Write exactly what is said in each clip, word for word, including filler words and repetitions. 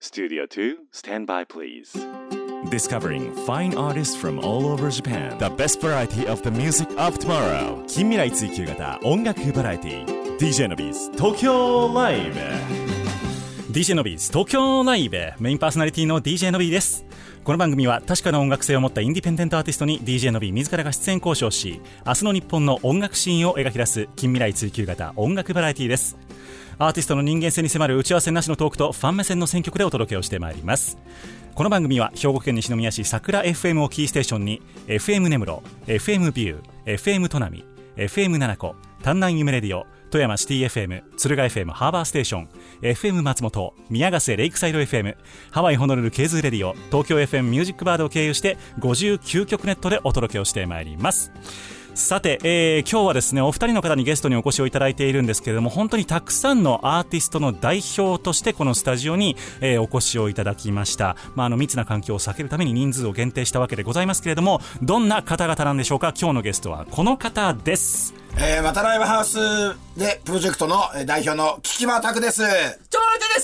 Studio two, stand by please. Discovering fine artists from all over Japan. The best variety of the music of tomorrow. 近未来追求型音楽バラエティ ディージェー のビーズ東京ライブ ディージェー のビーズ東京ライブメインパーソナリティの ディージェー のビーです。この番組は確かな音楽性を持ったインディペンデントアーティストに ディージェー のビー自らが出演交渉し、明日の日本の音楽シーンを描き出す近未来追求型音楽バラエティです。アーティストの人間性に迫る打ち合わせなしのトークとファン目線の選曲でお届けをしてまいります。この番組は兵庫県西宮市桜 エフエム をキーステーションに エフエム 根室、エフエム ビュー、エフエム 砺波、エフエム 七子、丹南夢レディオ、富山シティ エフエム、敦賀 エフエム ハーバーステーション、エフエム 松本、宮ヶ瀬レイクサイド エフエム、ハワイホノルルケーズーレディオ、東京 エフエム ミュージックバードを経由してごじゅうきゅうきょくネットでお届けをしてまいります。さて、えー、今日はですねお二人の方にゲストにお越しをいただいているんですけれども、本当にたくさんのアーティストの代表としてこのスタジオに、えー、お越しをいただきました。まあ、あの密な環境を避けるために人数を限定したわけでございますけれども、どんな方々なんでしょうか。今日のゲストはこの方です。 えー、またライブハウスでプロジェクトの代表の木間拓です。 ちょまるです。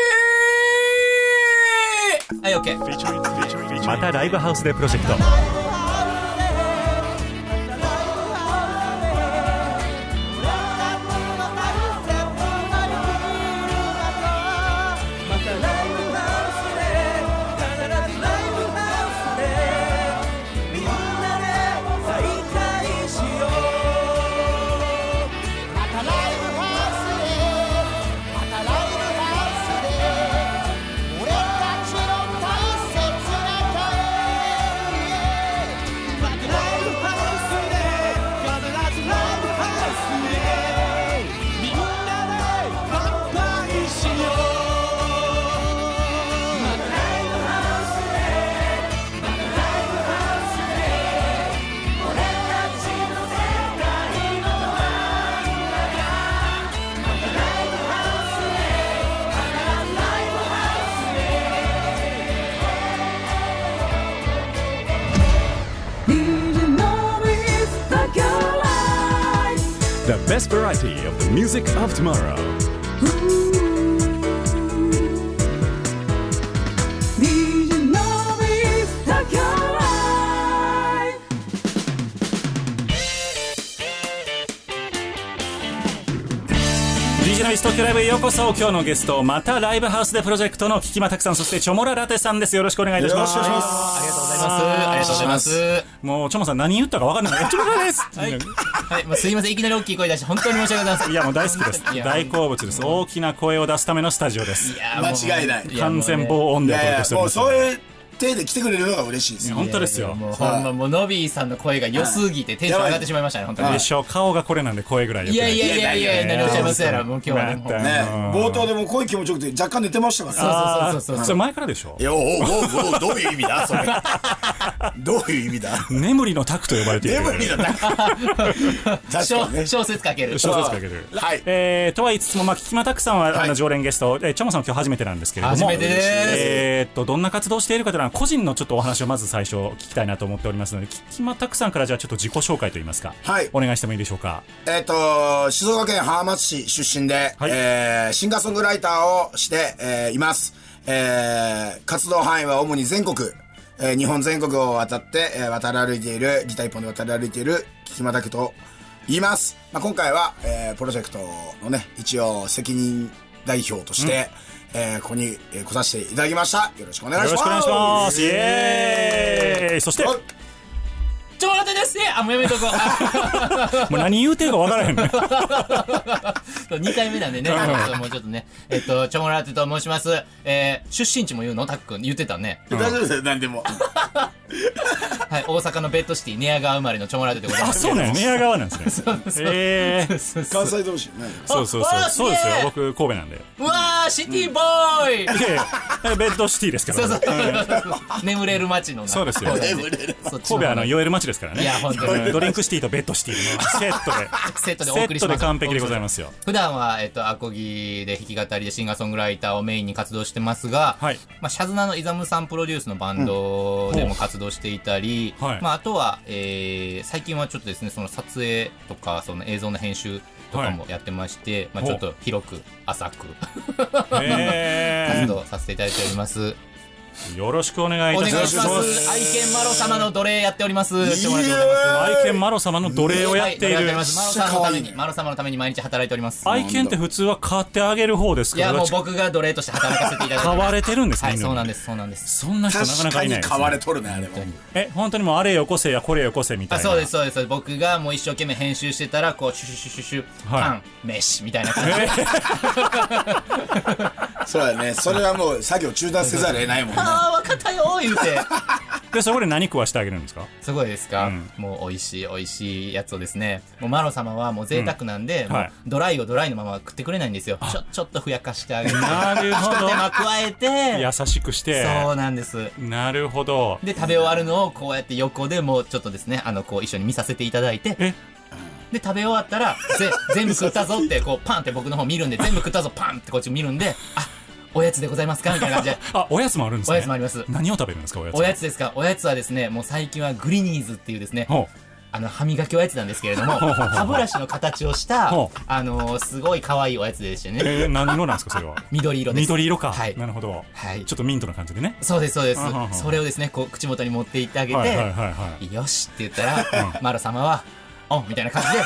はい、オッケー。 またライブハウスでプロジェクト。The best variety of the music of tomorrow.ディージェー のビーズ東京ライブへようこそ。今日のゲスト、またライブハウスでプロジェクトの木間拓さん、そしてチョモララテさんです。よろしくお願いいたします。 よろしくお願いします。 ありがとうございます。ありがとうございます。 もうチョモさん何言ったか分かんないチョモララです。 はい、はい、まあ、すいません、いきなり大きい声出して本当に申し訳ございません。 いやもう大好きです。大好物です。大きな声を出すためのスタジオです。 いや間違いない。 完全防音でお届けしております。 もうそういう手で来てくれるのが嬉しいです。 本当ですよ。 もうほんまもうノビーさんの声が良すぎてテンション上がってしまいましたね。本当に。 でしょう。顔がこれなんで声ぐらい。 いやいやいやいや、何をおっしゃいますやら、もう今日はね。 ね、冒頭でも声気持ちよくて若干寝てましたからね。そうそうそうそう。 それ前からでしょ。 いや、おおおお、どういう意味だそれ。どういう意味だ。 眠りのタクと呼ばれている。 眠りのタク。確かにね。 小説かける。 小説かける。 はい。 えー、とは言いつつも、まあ、木間拓さんはあの常連ゲスト、え、チョモさん今日初めてなんですけれども。 初めてです。 えーっと、どんな活動しているかというのは個人のちょっとお話をまず最初聞きたいなと思っておりますので、木間拓さんからじゃあちょっと自己紹介といいますか、 はい、 お願いしてもいいでしょうか。 えっと静岡県浜松市出身で、はい、えー、シンガーソングライターをして、えー、います。えー、活動範囲は主に全国、えー、日本全国を渡って、えー、渡り歩いているギター一本で渡り歩いている木間拓と言います。まあ、今回は、えー、プロジェクトのね一応責任代表として、うん、えー、ここに来させていただきました。よろしくお願いします。 よろしくお願いします。イエーイ。そしてちょもらってですね。あ、もうやめとこう。 もう何言うてるか分からへんね。 にかいめなんでね。もうちょっとね。えっと、ちょもらってと申します。えー、出身地も言うのタック君言ってたね。 大丈夫ですよ、何でも。 はい、大阪のベッドシティ寝屋川生まれのちょもらってでございます。 あ、そうなんや、寝屋川なんですね。 そうです。 えー、 関西同士ね。 そうそうそう。そうですよ。僕神戸なんで。 うわー、シティボーイ。 いやいや、ベッドシティですから。 そうそう。眠れる街の。 そうですよ。 眠れる。 神戸はあの酔える街ですからね。 いや本当にドリンクシティとベッドシティのセットでセットでお送りします。 セットで完璧でございますよ。 普段はえっとアコギで弾き語りでシンガーソングライターをメインに活動してますが、はい、まあシャズナのイザムさんプロデュースのバンドでも活動していたり、うん、まああとは、えー、最近はちょっとですねその撮影とかその映像の編集とかもやってまして、はい、まあ、ちょっと広く浅く活動させていただいております。 よろしくお願いいたします。 お願いします。愛犬マロ様の奴隷やっております。 愛犬マロ様の奴隷をやっている。 マロ様のために、マロ様のために毎日働いております。 愛犬って普通は飼ってあげる方ですか？ いや、もう僕が奴隷として働かせていただいて。 飼われてるんですね。 はい、そうなんです、そうなんです。 そんな人なかなかいないですね。 確かに飼われとるね、あれも。 え、本当にもうあれよこせやこれよこせみたいな。 そうです、そうです。僕がもう一生懸命編集してたら、こう、シュシュシュシュシュ、パン、飯みたいな感じで。 そうだね。それはもう作業中断せざるを得ないもんね。 ああ、わかったよ言うて。 で、そこで何食わしてあげるんですか？ すごいですか、うん、もう美味しい美味しいやつをですね、もうマロ様はもう贅沢なんで、うん、はい、ドライをドライのまま食ってくれないんですよ。ちょちょっとふやかしてあげる。 なるほど。 一手間加えて優しくして。 そうなんです。 なるほど。 で、食べ終わるのをこうやって横でもうちょっとですね、あのこう一緒に見させていただいて、えで食べ終わったらぜ全部食ったぞってこうパンって僕の方見るんで、全部食ったぞパンってこっち見るんで、あ、おやつでございますかみたいな感じで。 あ、おやつもあるんですね。 おやつもあります。 何を食べるんですか、おやつは。 おやつですか。おやつはですね、もう最近はグリニーズっていうですね、あの歯磨きおやつなんですけれども、歯ブラシの形をしたあのー、すごい可愛いおやつでしてね。 えー、何色なんですかそれは？ 緑色です。 緑色か。 はい。 なるほど。 はい。 ちょっとミントな感じでね。 そうですそうです。それをですね、こう口元に持っていってあげて、はいはいはいはい、よしって言ったら、うん、マロ様はオンみたいな感じで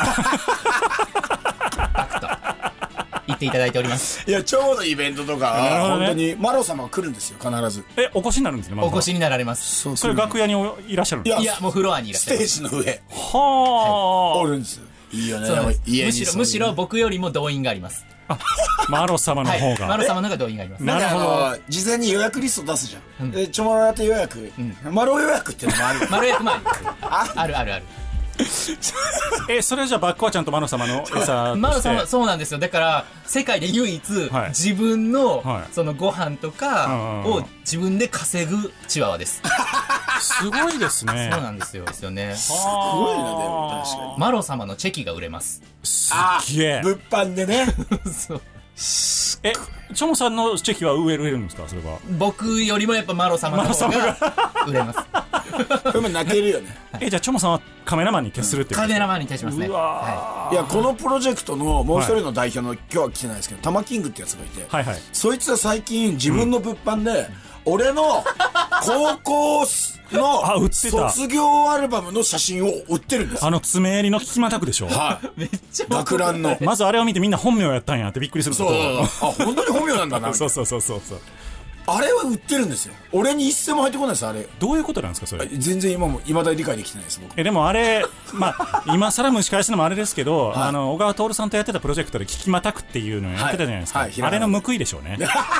パクと言っていただいております。 いや、ちょうどイベントとか、ね、本当にマロ様が来るんですよ、必ず。 え、お越しになるんですね。 お越しになられます。 そ, それ楽屋にいらっしゃるんですか？ いや、もうフロアにいらっしゃる。 ステージの上。 はあ、 はい、おるんです。いいよね。 家にむしろむしろ僕よりも動員があります。 あ、マロ様の方が、はい、 マロ様の方が動員があります。 なるほど。事前に予約リスト出すじゃん。うん、でちょまろやって予約、うん、マロ予約っていうのもある。 マロ予約もある。あるあるある。 え、それじゃあバックはちゃんとマロ様の餌として。 マロ様、そうなんですよ。だから世界で唯一、はい、自分の、はい、そのご飯とかを自分で稼ぐチワワです。 すごいですね。 そうなんですよ。ですよね。 すごいな、でも確かに。 マロ様のチェキが売れます。 すげえ。 物販でね。 そう。 え、チョモさんのチェキは売れるんですかそれは？ 僕よりもやっぱマロ様の方が売れます。 これも泣けるよね。 え、じゃあチョモさんはカメラマンに徹するってことですか？ カメラマンに徹しますね。 うわ、はい、いや、このプロジェクトのもう一人の代表の、はい、今日は来てないですけど、タマキングってやつがいて、はいはい、そいつは最近自分の物販で、うん、俺の高校の卒業アルバムの写真を売ってるんです。 あの爪襟の聞きまたくでしょ。 はい。 めっちゃ学ランの。 まずあれを見てみんな本名やったんやってびっくりすること。 そうそうそう。あ、本当に本名なんだな。 そうそうそうそうそう。 あれは売ってるんですよ。俺に一銭も入ってこないです、あれ。 どういうことなんですかそれ？ 全然今も未だに理解できてないです、僕。 え、でもあれ、まあ今更蒸し返すのもあれですけど、はい、あの小川徹さんとやってたプロジェクトで聞きまたくっていうのをやってたじゃないですか、はいはい、あれの報いでしょうね。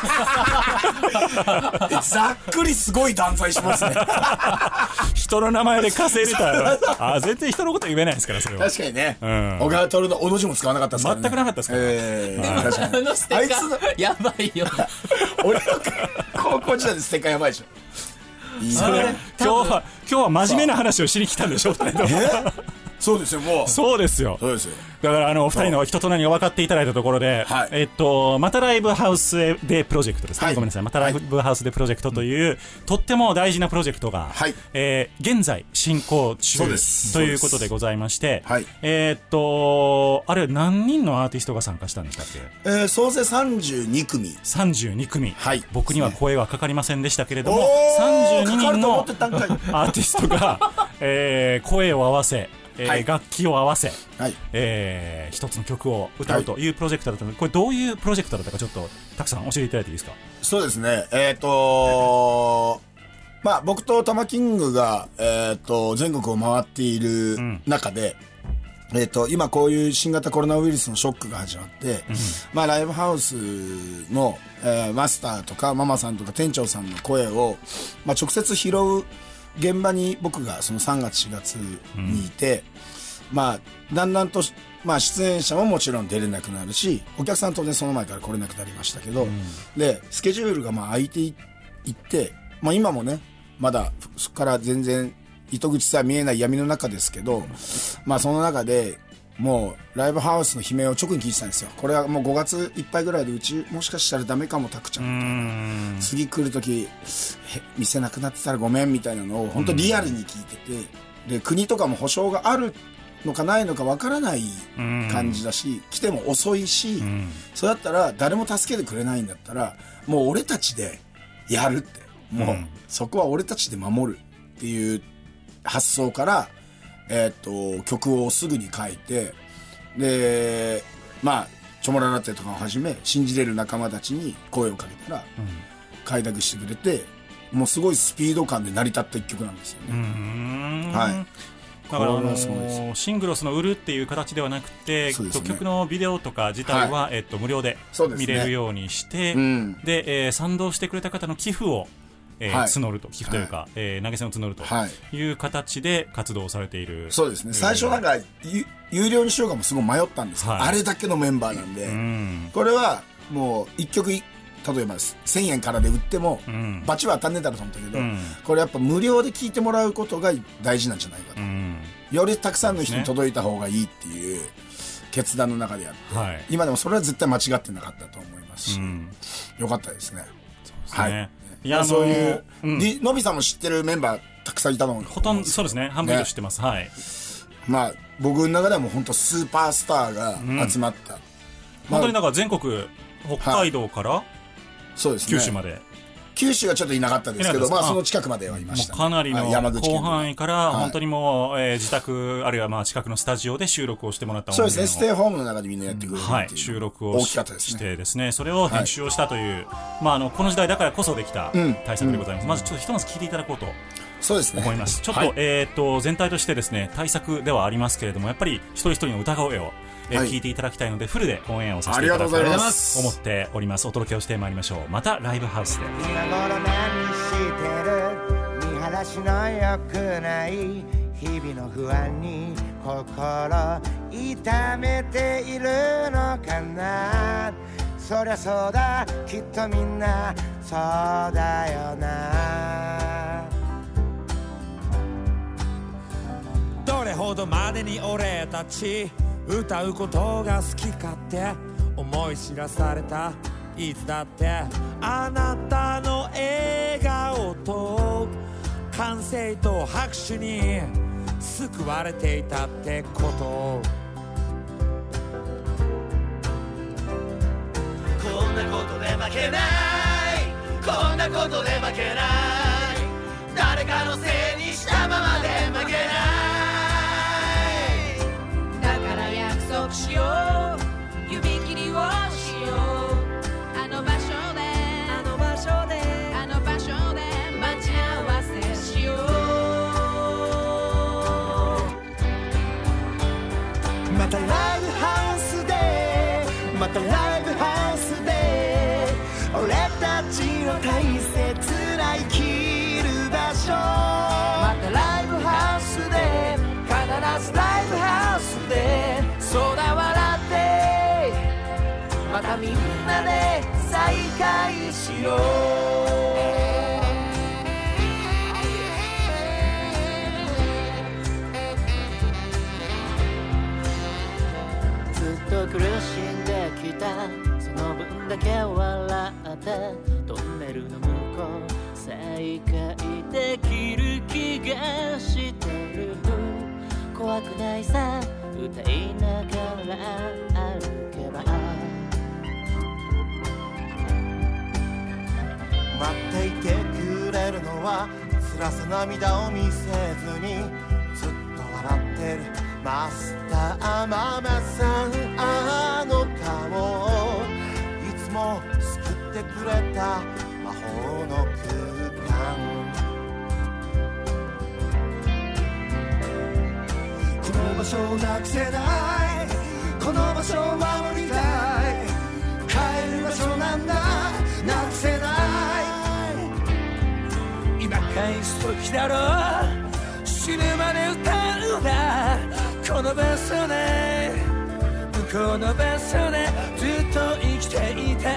ざっくりすごい断罪しますね。 人の名前で稼いでたらあ、全然人のこと言えないですからそれは。 確かにね、うん、小川徹のおの字も使わなかったですからね。 全くなかったですから、 えー、でも確かにあのステッカーやばいよ。 俺の高校時代でステッカーやばいでしょ。 いいそれ今日は今日は真面目な話をしに来たんでしょうね。 そうですよ、もう。 そうですよ。 そうですよ。 だからあのお二人の人となりが分かっていただいたところで、はい、えっとまたライブハウスでプロジェクトですね、はい、ごめんなさい、またライブハウスでプロジェクトという、はい、とっても大事なプロジェクトが、はい、えー、現在進行中ということでございまして、はい、えー、っとあれ何人のアーティストが参加したんでしたっけ？ えー、総勢さんじゅうにくみ。 さんじゅうにくみ、はい、僕には声はかかりませんでしたけれども、 さんじゅうににんのアーティストが、えー、声を合わせ、えーはい、楽器を合わせ、はい、えー、一つの曲を歌うというプロジェクトだったので、これどういうプロジェクトだったかちょっとたくさん教えていただいていいですか？ そうですね、えっ、ー、とまあ僕とタマキングが、えー、と全国を回っている中で、うん、えー、と今こういう新型コロナウイルスのショックが始まって、うん、まあライブハウスの、えー、マスターとかママさんとか店長さんの声を、まあ、直接拾う現場に僕がそのさんがつしがつにいて、うん、まあだんだんと、まあ、出演者ももちろん出れなくなるし、お客さん当然その前から来れなくなりましたけど、うん、でスケジュールがまあ空いていって、まあ、今もねまだそこから全然糸口さえ見えない闇の中ですけど、まあその中でもうライブハウスの悲鳴を直に聞いてたんですよ。これはもうごがついっぱいぐらいでうちもしかしたらダメかもタクちゃんみたいな、次来る時店なくなってたらごめんみたいなのを本当リアルに聞いてて、で国とかも保証があるのかないのかわからない感じだし、うん、来ても遅いし、うん、そうやったら誰も助けてくれないんだったらもう俺たちでやるって、もうそこは俺たちで守るっていう発想から、えー、っと曲をすぐに書いて、でまあチョモララテとかをはじめ信じれる仲間たちに声をかけたら、うん、開拓してくれて、もうすごいスピード感で成り立った一曲なんですよね。うーん、はい。 だから、あのー、シングルスの売るっていう形ではなくて、ね、曲のビデオとか自体は、はい、えっと、無料で見れるようにして、で、ね、うん、で、えー、賛同してくれた方の寄付を、えーはい、募ると、寄付というか、はい、えー、投げ銭を募るという形で活動されている。 そうですね。最初なんか有料にしようかもすごい迷ったんですけど、はい、あれだけのメンバーなんで、うん、これはもう一曲例えばせんえんからで売っても、うん、バチは当たんねえだろうと思ったけど、うん、これやっぱ無料で聴いてもらうことが大事なんじゃないかと、うん、よりたくさんの人に届いた方がいいっていう決断の中でやって、はい、今でもそれは絶対間違ってなかったと思いますし、うん、よかったですね。 そうですね、はい、いや、 そういう、うん、のびさんも知ってるメンバーたくさんいたのもほとんどそうですね、半分以上知ってます、ね、はい。 まあ僕の中ではもう本当スーパースターが集まった、うん、 本当になんか全国北海道から、はい、 そうですね、 九州まで。 九州はちょっといなかったですけど、まあその近くまではいました、ね、 かなりの広範囲から本当にもう、えー、自宅あるいはまあ近くのスタジオで収録をしてもらった音源を、そうですね、ステイホームの中でみんなやってくれるっていう、 はい、収録を し, です、ね、してですね、それを編集をしたという、はい、まああのこの時代だからこそできた対策でございます、うん、まずちょっとひとまず聞いていただこうとそうですね、 思います。ちょっと、はい、えー、と全体としてですね対策ではありますけれども、やっぱり一人一人の歌声をえー、聞いていただきたいのでフルでオンエアをさせていただきたいと思っております。お届けをしてまいりましょう。またライブハウスで。今頃何してる、見晴らしの良くない日々の不安に心痛めているのかな。そりゃそうだ、きっとみんなそうだよな。どれほどまでに俺たち歌うことが好きかって思い知らされた。いつだってあなたの笑顔と歓声と拍手に救われていたってこと。こんなことで負けない、こんなことで負けない、誰かのせいにしたままで負けない。しよう、指切りをしよう、あの場所であの場所であの場所で待ち合わせしよう。またライブハウスでまたライブハウスで俺たちの大切な生きる場所。またライブハウスで必ずライブハウスでそうだ笑ってまたみんなで再会しよう。ずっと苦しんできたその分だけ笑ってトンネルの向こう再会できる気がしてる。怖くないさ歌いながら歩けば。待っていてくれるのは辛さ涙を見せずにずっと笑ってるマスターママさん。あの顔いつも救ってくれた魔法の空間。この場所をなくせない、この場所を守りたい、帰る場所なんだなくせない。今返す時だろう、死ぬまで歌うんだこの場所で、この場所でずっと生きていたい。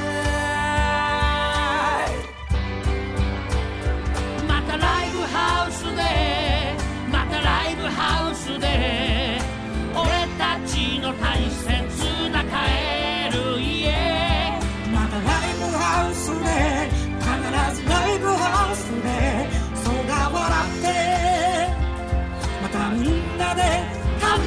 またライブハウスでまたライブハウスで俺たちの大切な帰る家。またライブハウスで必ずライブハウスでそうが笑ってまたみんなで楽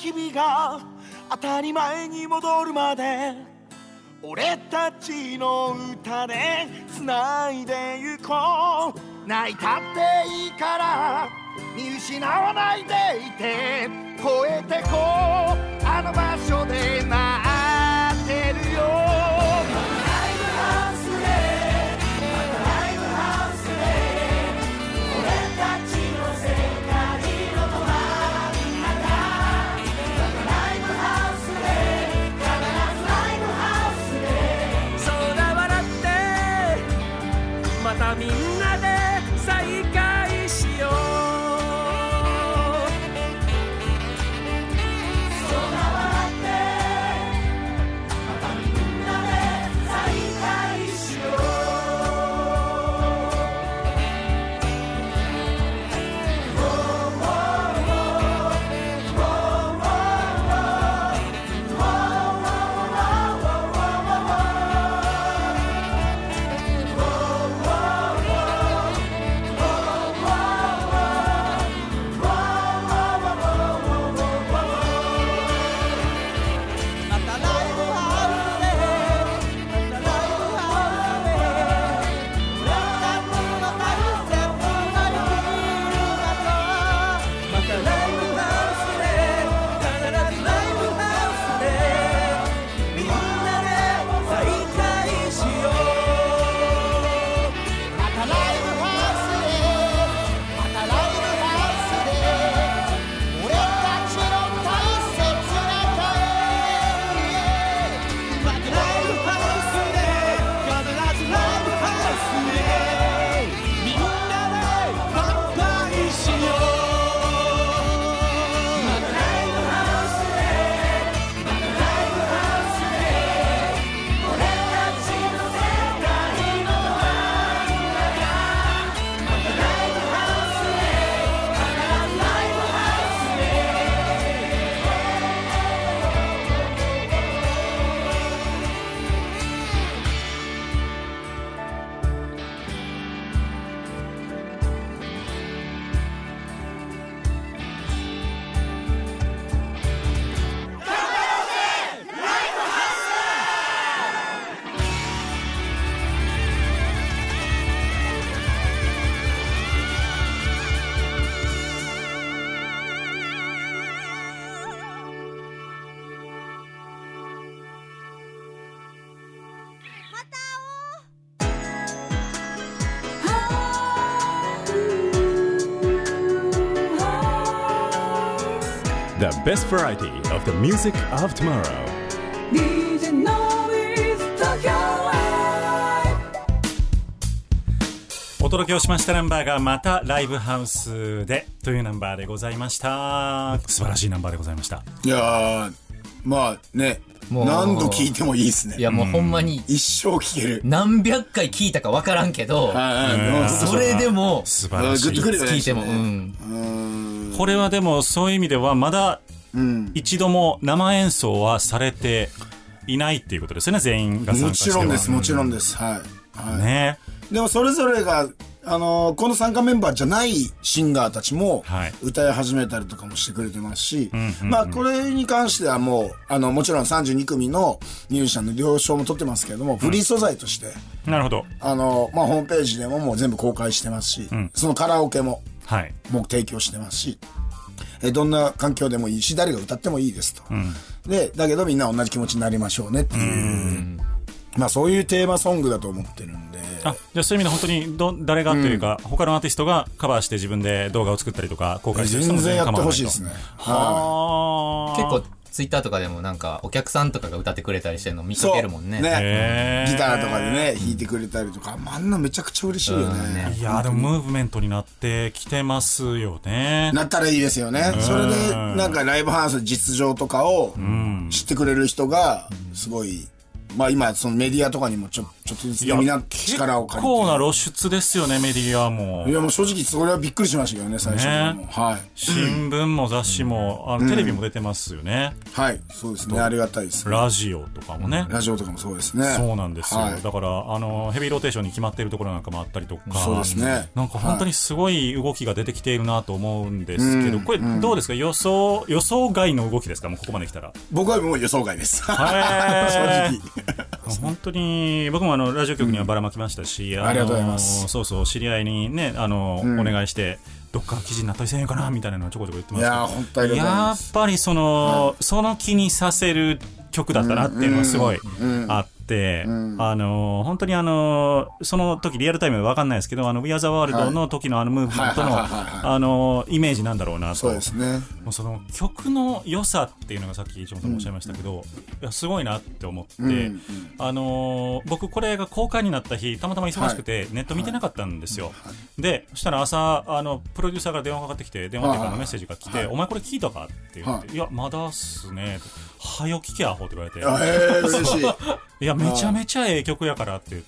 日々が当たり前に戻るまで俺たちの歌で繋いでゆこう泣いたっていいから見失わないでいて越えてこうあの場所で待ってるよみんなで再会しよう空笑ってまたみんなで再会しよ The best variety of the music of tomorrow. ディージェー Noise Tokyo Live お届けをしましたナンバーがまたライブハウスでというナンバーでございました。素晴らしいナンバーでございました。 いやーまあね何度聴いてもいいですね。 いやもうほんまに一生聴ける。 何百回聞いたか分からんけど、それでも素晴らしい。 聞いても、うん、 これはでもそういう意味ではまだ一度も生演奏はされていないっていうことですよね。全員が参加しては。 もちろんですもちろんです。はい、はい、 ね。 でもそれぞれがあのー、この参加メンバーじゃないシンガーたちも歌い始めたりとかもしてくれてますし、はい、まあこれに関してはもうあのもちろんさんじゅうにくみのミュージシャンの了承も取ってますけれども、うん、フリー素材としてなるほどあの、まあ、ホームページでももう全部公開してますし、うん、そのカラオケももう提供してますし、えどんな環境でもいいし誰が歌ってもいいですと、うん、でだけどみんな同じ気持ちになりましょうねっていう、うんまあそういうテーマソングだと思ってるんで。 あ、じゃあそういう意味で本当にど誰がというか、うん、他のアーティストがカバーして自分で動画を作ったりとか公開してる人も全然やってほしいですね。 はあ。結構ツイッターとかでもなんかお客さんとかが歌ってくれたりしてるの見かけるもんね。 ねギターとかでね弾いてくれたりとか、あんなめちゃくちゃ嬉しいよね。うんねいやでもムーブメントになってきてますよね。 なったらいいですよね。それでなんかライブハウス実情とかを知ってくれる人がすごい。まあ今そのメディアとかにもちょちょっとずつねみんな力を借りて。 結構な露出ですよね、メディアも。 いやもう正直それはびっくりしましたけどね、最初はもう、 ね、 はい。 新聞も雑誌も、あのテレビも出てますよね。 はい、そうですね、ありがたいです、ね。 ラジオとかもね。 ラジオとかもそうですね。 そうなんですよ。 はい、 だからあのヘビーローテーションに決まっているところなんかもあったりとか。 そうですね。 なんか本当にすごい動きが出てきているなと思うんですけど、 はい、 これどうですか、予想予想外の動きですか、もうここまで来たら。 僕はもう予想外です。正直。本当に僕もあのラジオ局にはばらまきましたし、 うん、あ, ありがとうございます。 そうそう、知り合いにね、あの、うん、お願いしてどっか記事になったりせんようかなみたいなのをちょこちょこ言ってますけど、 いや本当にやっぱりその、はい、その気にさせる曲だったなっていうのはすごいあって、うんうん、あの本当にあのその時リアルタイムで分かんないですけど、あの We Are the World の時のあのムーブメントのあのイメージなんだろうなと。 そうですね。 もうその曲の良さっていうのがさっき一本さんもおっしゃいましたけど、うん、いやすごいなって思って、うんうん、あの僕これが公開になった日たまたま忙しくてネット見てなかったんですよ、はいはい、でそしたら朝あのプロデューサーから電話かかってきて、電話っていうかのメッセージが来て、はい、お前これ聞いたかって言って、はい、いやまだっすね、はよ聞けアホって言われて、 えー、嬉しいいやめちゃめちゃええ曲やからって言って、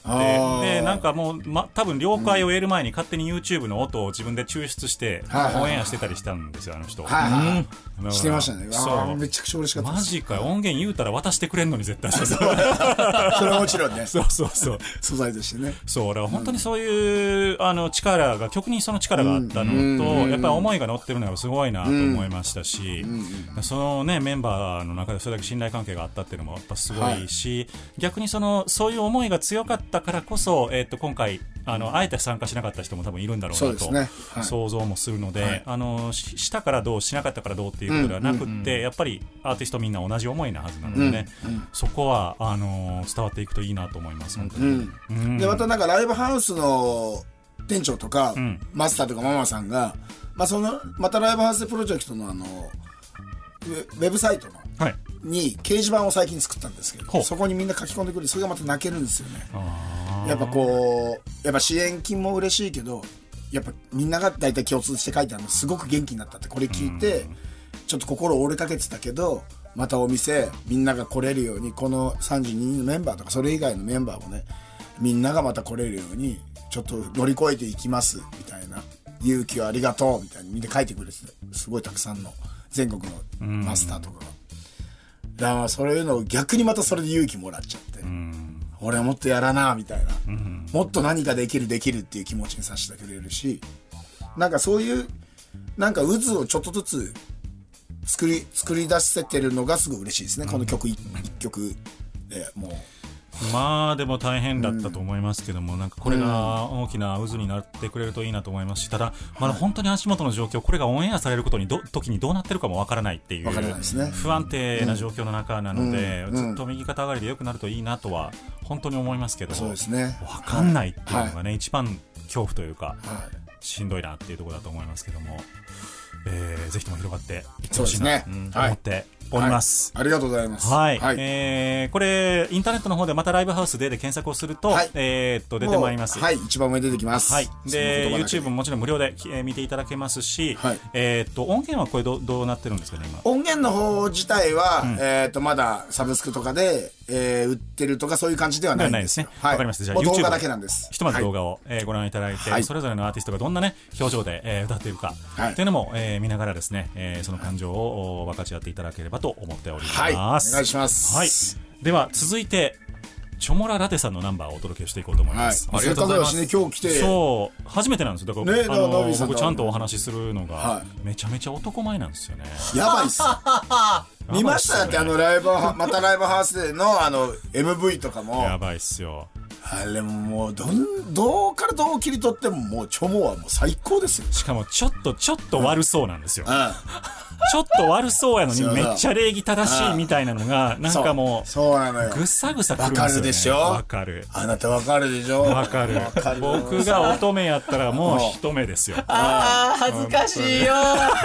でなんかもう、ま、多分了解を得る前に勝手に YouTube の音を自分で抽出してオンエアしてたりしたんですよ、あの人。 はいはいはいうん、してましたね。 そうめちゃくちゃ嬉しかったです。 マジかよ、音源言うたら渡してくれんのに絶対それはもちろんね。 そうそうそう素材としてね。 そうだから本当にそういう、うん、あの力が曲にその力があったのと、うん、やっぱり思いが乗ってるのがすごいなと思いましたし、うんうん、そのねメンバーの中でそれだけ信頼関係があったっていうのもやっぱすごいし、はい、逆にそのそういう思いが強かったからこそ、えー、と今回あのあえて参加しなかった人も多分いるんだろうなと、ねはい、想像もするので、はい、あのしたからどうしなかったからどうっていうことではなくって、うんうんうん、やっぱりアーティストみんな同じ思いなはずなのでね、うんうん、そこはあの伝わっていくといいなと思います本当に、うんうん、 でまたなんかライブハウスの店長とか、うん、マスターとかママさんが、まあ、そのまたライブハウスプロジェクトのあのウェブサイトの、はい、に掲示板を最近作ったんですけど、そこにみんな書き込んでくる、それがまた泣けるんですよね。やっぱこうやっぱ支援金も嬉しいけど、やっぱみんなが大体共通して書いてあるのすごく元気になったって、これ聞いてちょっと心折れかけてたけど、またお店みんなが来れるように、このさんじゅうににんのメンバーとかそれ以外のメンバーもね、みんながまた来れるようにちょっと乗り越えていきますみたいな、勇気をありがとうみたいにみんな書いてくれて、すごいたくさんの全国のマスターとかが、だからそういうのを逆にまたそれで勇気もらっちゃって、俺はもっとやらなみたいな、もっと何かできるできるっていう気持ちにさせてくれるし、なんかそういうなんか渦をちょっとずつ作り作り出せてるのがすごい嬉しいですね、この曲一曲でもう。 まあでも大変だったと思いますけども、うん、なんかこれが大きな渦になってくれるといいなと思いますし、ただまだ本当に足元の状況、これがオンエアされることにど時にどうなってるかもわからないっていう不安定な状況の中なので、うん、ずっと右肩上がりで良くなるといいなとは本当に思いますけど、 そうですね、 わかんないっていうのがね、はい、一番恐怖というか、はい、しんどいなっていうところだと思いますけども、えー、ぜひとも広がっていってほしいなと、ね、うん、思っております、 はい、ありがとうございます。 はい、はい、えー、これインターネットの方でまたライブハウスでで検索をすると、はい、えー、っと出てまいります。 はい、一番上に出てきます。 はい、で YouTube ももちろん無料で、えー、見ていただけますし、はい、えー、っと音源はこれ ど, どうなってるんですかね今。 音源の方自体は、うん、えー、っとまだサブスクとかで、えー、売ってるとかそういう感じではないんですよ。 ないですね。わ、はい、かりました。じゃあ YouTube 動画だけなんです。 ひとまず動画を、はい、えー、ご覧いただいて、はい、それぞれのアーティストがどんなね表情で、えー、歌っているか、はい、というのも、えー、見ながらですね、えー、その感情を分かち合っていただければと思っております。はい、お願いします。 はい、では続いてチョモララテさんのナンバーをお届けしていこうと思います。 はい、ありがとうございますね。今日来てそう初めてなんですよ。だから、 ね、 あの僕ちゃんとお話しするのが、はい、めちゃめちゃ男前なんですよね。 やばいっす見ましたって、あのライブまたライブハウスでのあの エムブイ とかもやばいっすよ。 あれももうどんどうからどう切り取ってももうチョモはもう最高ですよ。 しかもちょっとちょっと悪そうなんですよ、うんうん、ちょっと悪そうやのにめっちゃ礼儀正しいみたいなのがなんかもうそうなのよ。 ぐさぐさくるんですよね。わかるでしょ。わかる。 あなたわかるでしょ。 わかる。僕が乙女やったらもう一目ですよ。 あー恥ずかしいよ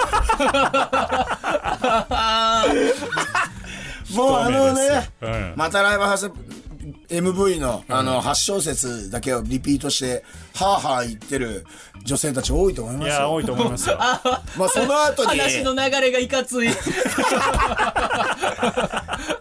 もうあのね、うん、またライブハウス エムブイ のあのはち小節だけをリピートしてハーハー言ってる女性たち多いと思いますよ。 いや多いと思いますよまあその後に話の流れがいかつい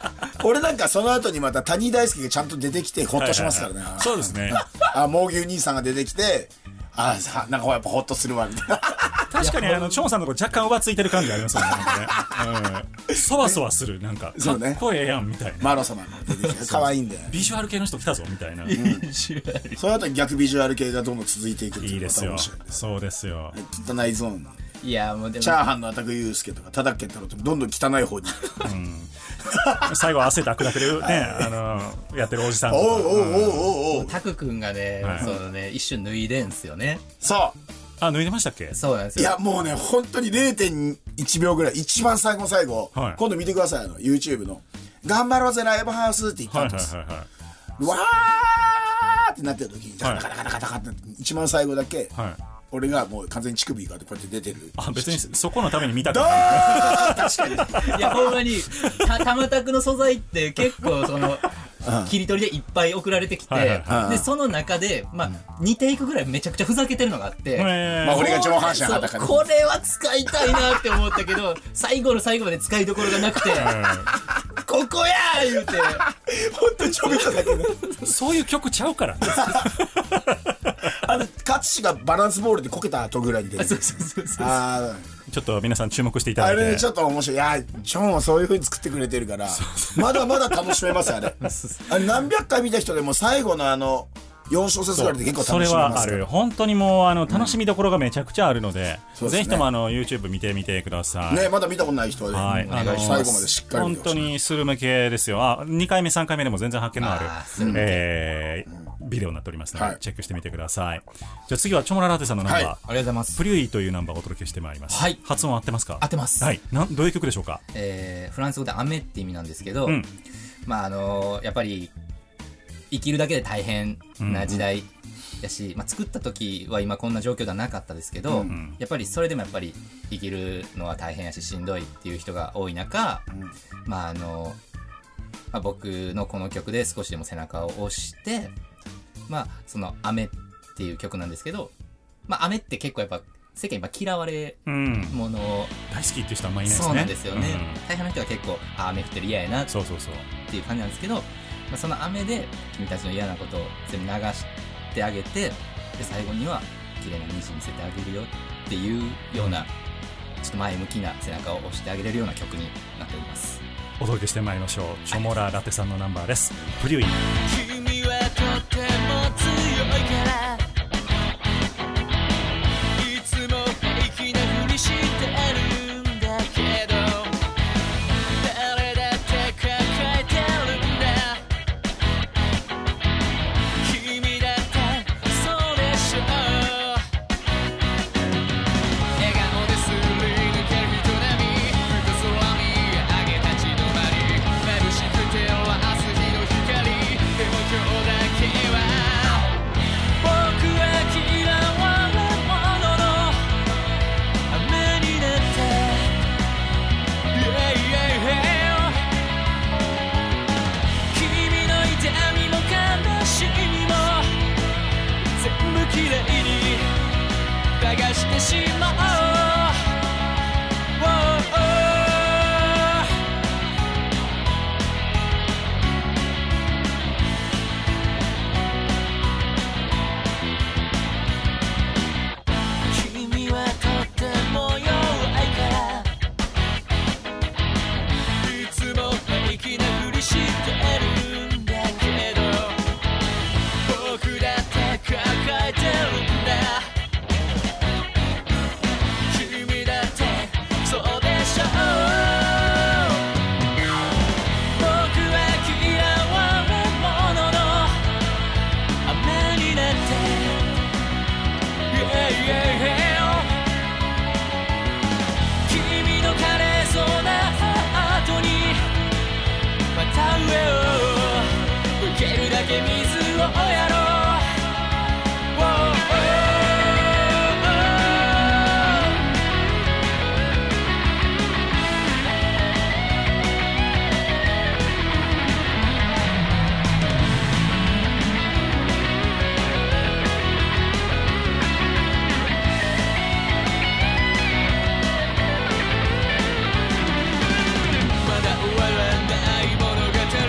俺なんかその後にまた谷大輔がちゃんと出てきてホッとしますからね、はいはいはい、 そうですねあ猛牛兄さんが出てきてああなんかやっぱホッとするわみたいな確かにあのチョンさんのとこ若干浮ついてる感じありますよねなんかね、うん、そわそわするなんかかっこええやんみたいな、 マロ様が出てきて可愛いんでビジュアル系の人来たぞみたいな、うん、 その後に逆ビジュアル系がどんどん続いていくっていういいですよそうですよ汚いゾーンいやもうでもチャーハンのアタクユースケとかタダッケン太郎ってどんどん汚い方に、 うん、最後は汗だくだくでねあのやってるおじさんとかおうおうおうおうおうタク君がね、はい、そのね一瞬脱いでんすよねそうあ脱いでましたっけそうなんですよいやもうね本当に れいてんいちびょうぐらい一番最後の最後、はい、今度見てくださいあの YouTube の頑張ろうぜライブハウスって言ったんです、はいはいはいはい、わーってなってる時にカタカタカタカタって一番最後だけ、はい俺がもう完全に乳首がこうやって出てるあ別にそこのために見たくない確かにいやほんまにた玉卓の素材って結構その切り取りでいっぱい送られてきて、はいはいはい、でその中で、まあ、にテイクぐらいめちゃくちゃふざけてるのがあって、 まあ、俺が上半身裸でこれは使いたいなって思ったけど最後の最後まで使いどころがなくてここやー言うてほんとちょびっとだけどそういう曲ちゃうからあの勝志がバランスボールでこけた後ぐらいに出るそうそうそうそうあちょっと皆さん注目していただいてあれねちょっと面白いいやジョンはそういう風に作ってくれてるからまだまだ楽しめますあれあれ何百回見た人でも最後のあのよん小節ぐらいで結構楽しめますからそれはある本当にもうあの楽しみどころがめちゃくちゃあるので、うん、ぜひともあの YouTube 見てみてくださいねまだ見たことない人は、 はい、 あの最後までしっかり見てほしい本当にスル向けですよあにかいめさんかいめでも全然発見のあるあえービデオになっておりますので、はい、チェックしてみてくださいじゃあ次はチョモララテさんのナンバー、はい、ありがとうございますプリュイというナンバーをお届けしてまいります、はい、発音合ってますか合ってます、 はい、なんどういう曲でしょうか、 えー、フランス語で雨って意味なんですけど、 うん、 まああのー、やっぱり生きるだけで大変な時代やし、うんまあ、作った時は今こんな状況ではなかったですけど、うん、やっぱりそれでもやっぱり生きるのは大変やししんどいっていう人が多い中、うん、まああのまあ、僕のこの曲で少しでも背中を押してまあその雨っていう曲なんですけど、まあ雨って結構やっぱ世間今嫌われもの、うん、 大好きっていう人はあんまりいないですねそうなんですよね、 うん、 大半の人は結構あ雨降ってる嫌やなっていう感じなんですけど、まあ、その雨で君たちの嫌なことを全部流してあげてで最後には綺麗な虹見せてあげるよっていうようなちょっと前向きな背中を押してあげれるような曲になっておりますお届けしてまいりましょうチョモララテさんのナンバーですプリュイ君はとても強いからいつも平気なふりしてるんだけど誰だって抱えてるんだ君だってそうでしょ笑顔ですり抜ける人並みふと空見上げた血のまり眩しくては明日日の光でも今日だけは僕は嫌われ者の雨になって yeah, yeah, yeah 君の痛みも悲しみも全部きれいに剥がしてしまおう、oh, oh君はとっても弱いからいつも平気なふりしてるんだけど僕だって抱えてるんだ君だってそうでしょ僕は嫌われ者の雨になって yeah, yeah, yeah 君の枯れそうな後にまた上を受けるだけ水をやろう、oh, oh, oh まだ終わらない物語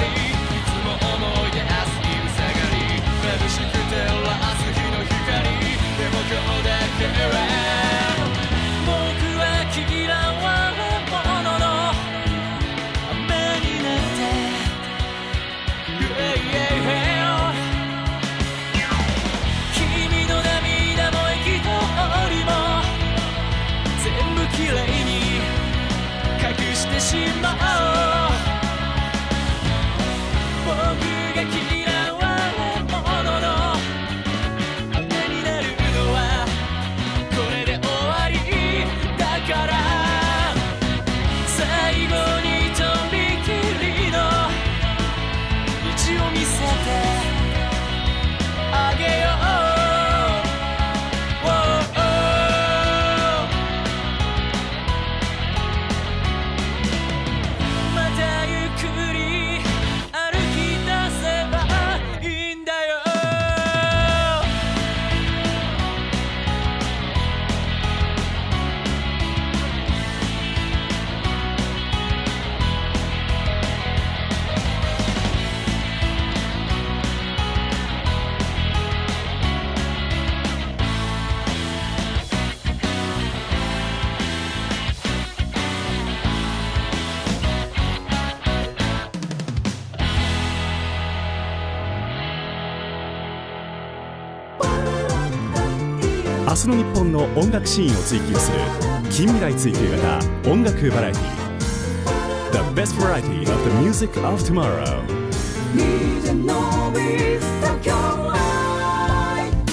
明日の日本の音楽シーンを追求する近未来追求型音楽バラエティ The best variety of the music of tomorrow ディージェー のビス東京ライブ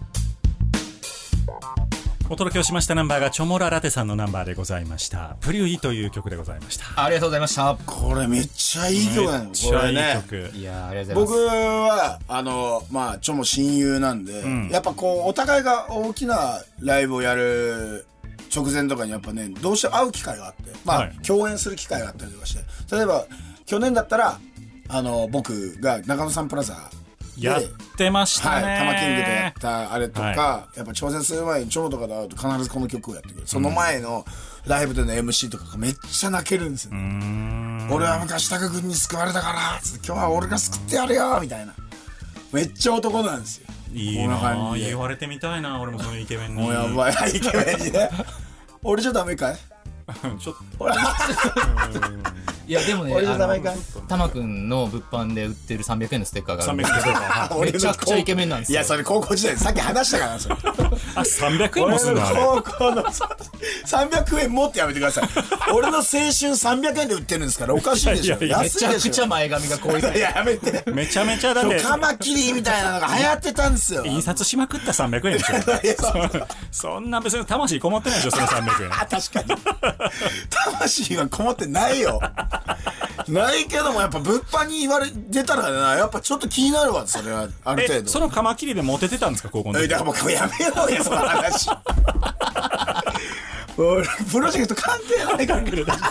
お届けをしましたナンバーがチョモララテさんのナンバーでございました。プリュイという曲でございました。 ありがとうございました。 これめっちゃいい曲なの。 めっちゃいい曲、 ね、 いやありがとうございます。 僕はあのまあチョモ親友なんで、うん、やっぱこうお互いが大きなライブをやる直前とかにやっぱねどうしても会う機会があってまあ、はい、共演する機会があったりとかして例えば去年だったらあの僕が中野サンプラザやってましたね、 はい、タマキングでやったあれとか、はい、やっぱ挑戦する前にチョモとかだと必ずこの曲をやってくる、うん、その前のライブでの エムシー とかがめっちゃ泣けるんですよ、ね、うーん俺は昔タカ君に救われたから今日は俺が救ってやるよみたいなめっちゃ男なんですよ。 いいな言われてみたいな俺もそのイケメンにもうやばいイケメンにね俺じゃダメかいちょっといやでもね俺じゃダメかいタマ君の物販で売ってるさんびゃくえんのステッカーがあるんですけどめちゃくちゃイケメンなんですよ。 いやそれ高校時代さっき話したからそれあさんびゃくえんもするのあれ高校のさんびゃくえんもってやめてください俺の青春さんびゃくえんで売ってるんですからおかしいでしょ。 いやいやめちゃくちゃ前髪がこういうやめてめちゃめちゃだってカマキリみたいなのが流行ってたんですよ。 印刷しまくったさんびゃくえんでしょそんな別に魂こもってないでしょそのさんびゃくえん確かに魂はこもってないよないけどもやっぱ物販に言われてたらなやっぱちょっと気になるわそれはある程度。 そのカマキリでモテてたんですか高校の時。 だからもうやめようよその話俺プロジェクト関係ない関係ない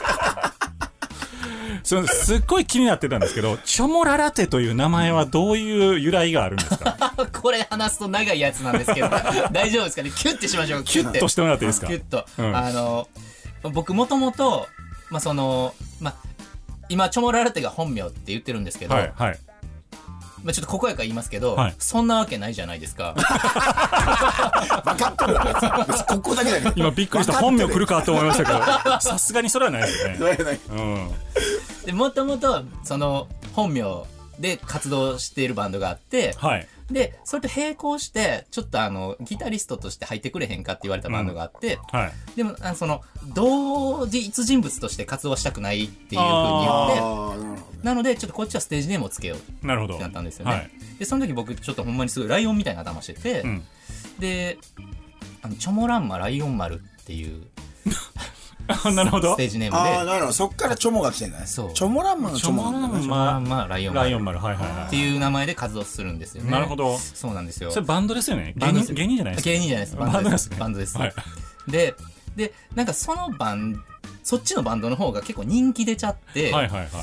す, すっごい気になってたんですけどチョモララテという名前はどういう由来があるんですかこれ話すと長いやつなんですけど大丈夫ですかね。キュッてしましょう。 キュッとしてもらっていいですか。 キュッと、うん、あの僕もともとまあそのまあ今チョモララテが本名って言ってるんですけど、 はいはいまあ、ちょっとここやから言いますけど、はい、そんなわけないじゃないですか。 分かってるここだけだけど今びっくりした本名来るかと思いましたけどさすがにそれはないですね。それはない、 うん、でもともとその本名で活動しているバンドがあって、はい、でそれと並行してちょっとあのギタリストとして入ってくれへんかって言われたバンドがあって、うんはい、でもあその同一人物として活動したくないっていうふうに言ってなのでちょっとこっちはステージネームをつけようってなったんですよね、はい、でその時僕ちょっとほんまにすごいライオンみたいな頭してて、うん、であのチョモランマライオン丸っていうなるほどステージネームであなるほどそっからチョモが来てんね。そうチョモランマのチョモランマチョモランマライオン丸ライオン丸はいはいはいっていう名前で活動するんですよね。 なるほどそうなんですよ。 それバンドですよね。芸人芸人じゃないですか。 芸人じゃないです。 バンドですね。 バンドです、はい、ででなんかそのバンそっちのバンドの方が結構人気出ちゃって、はいはいはい、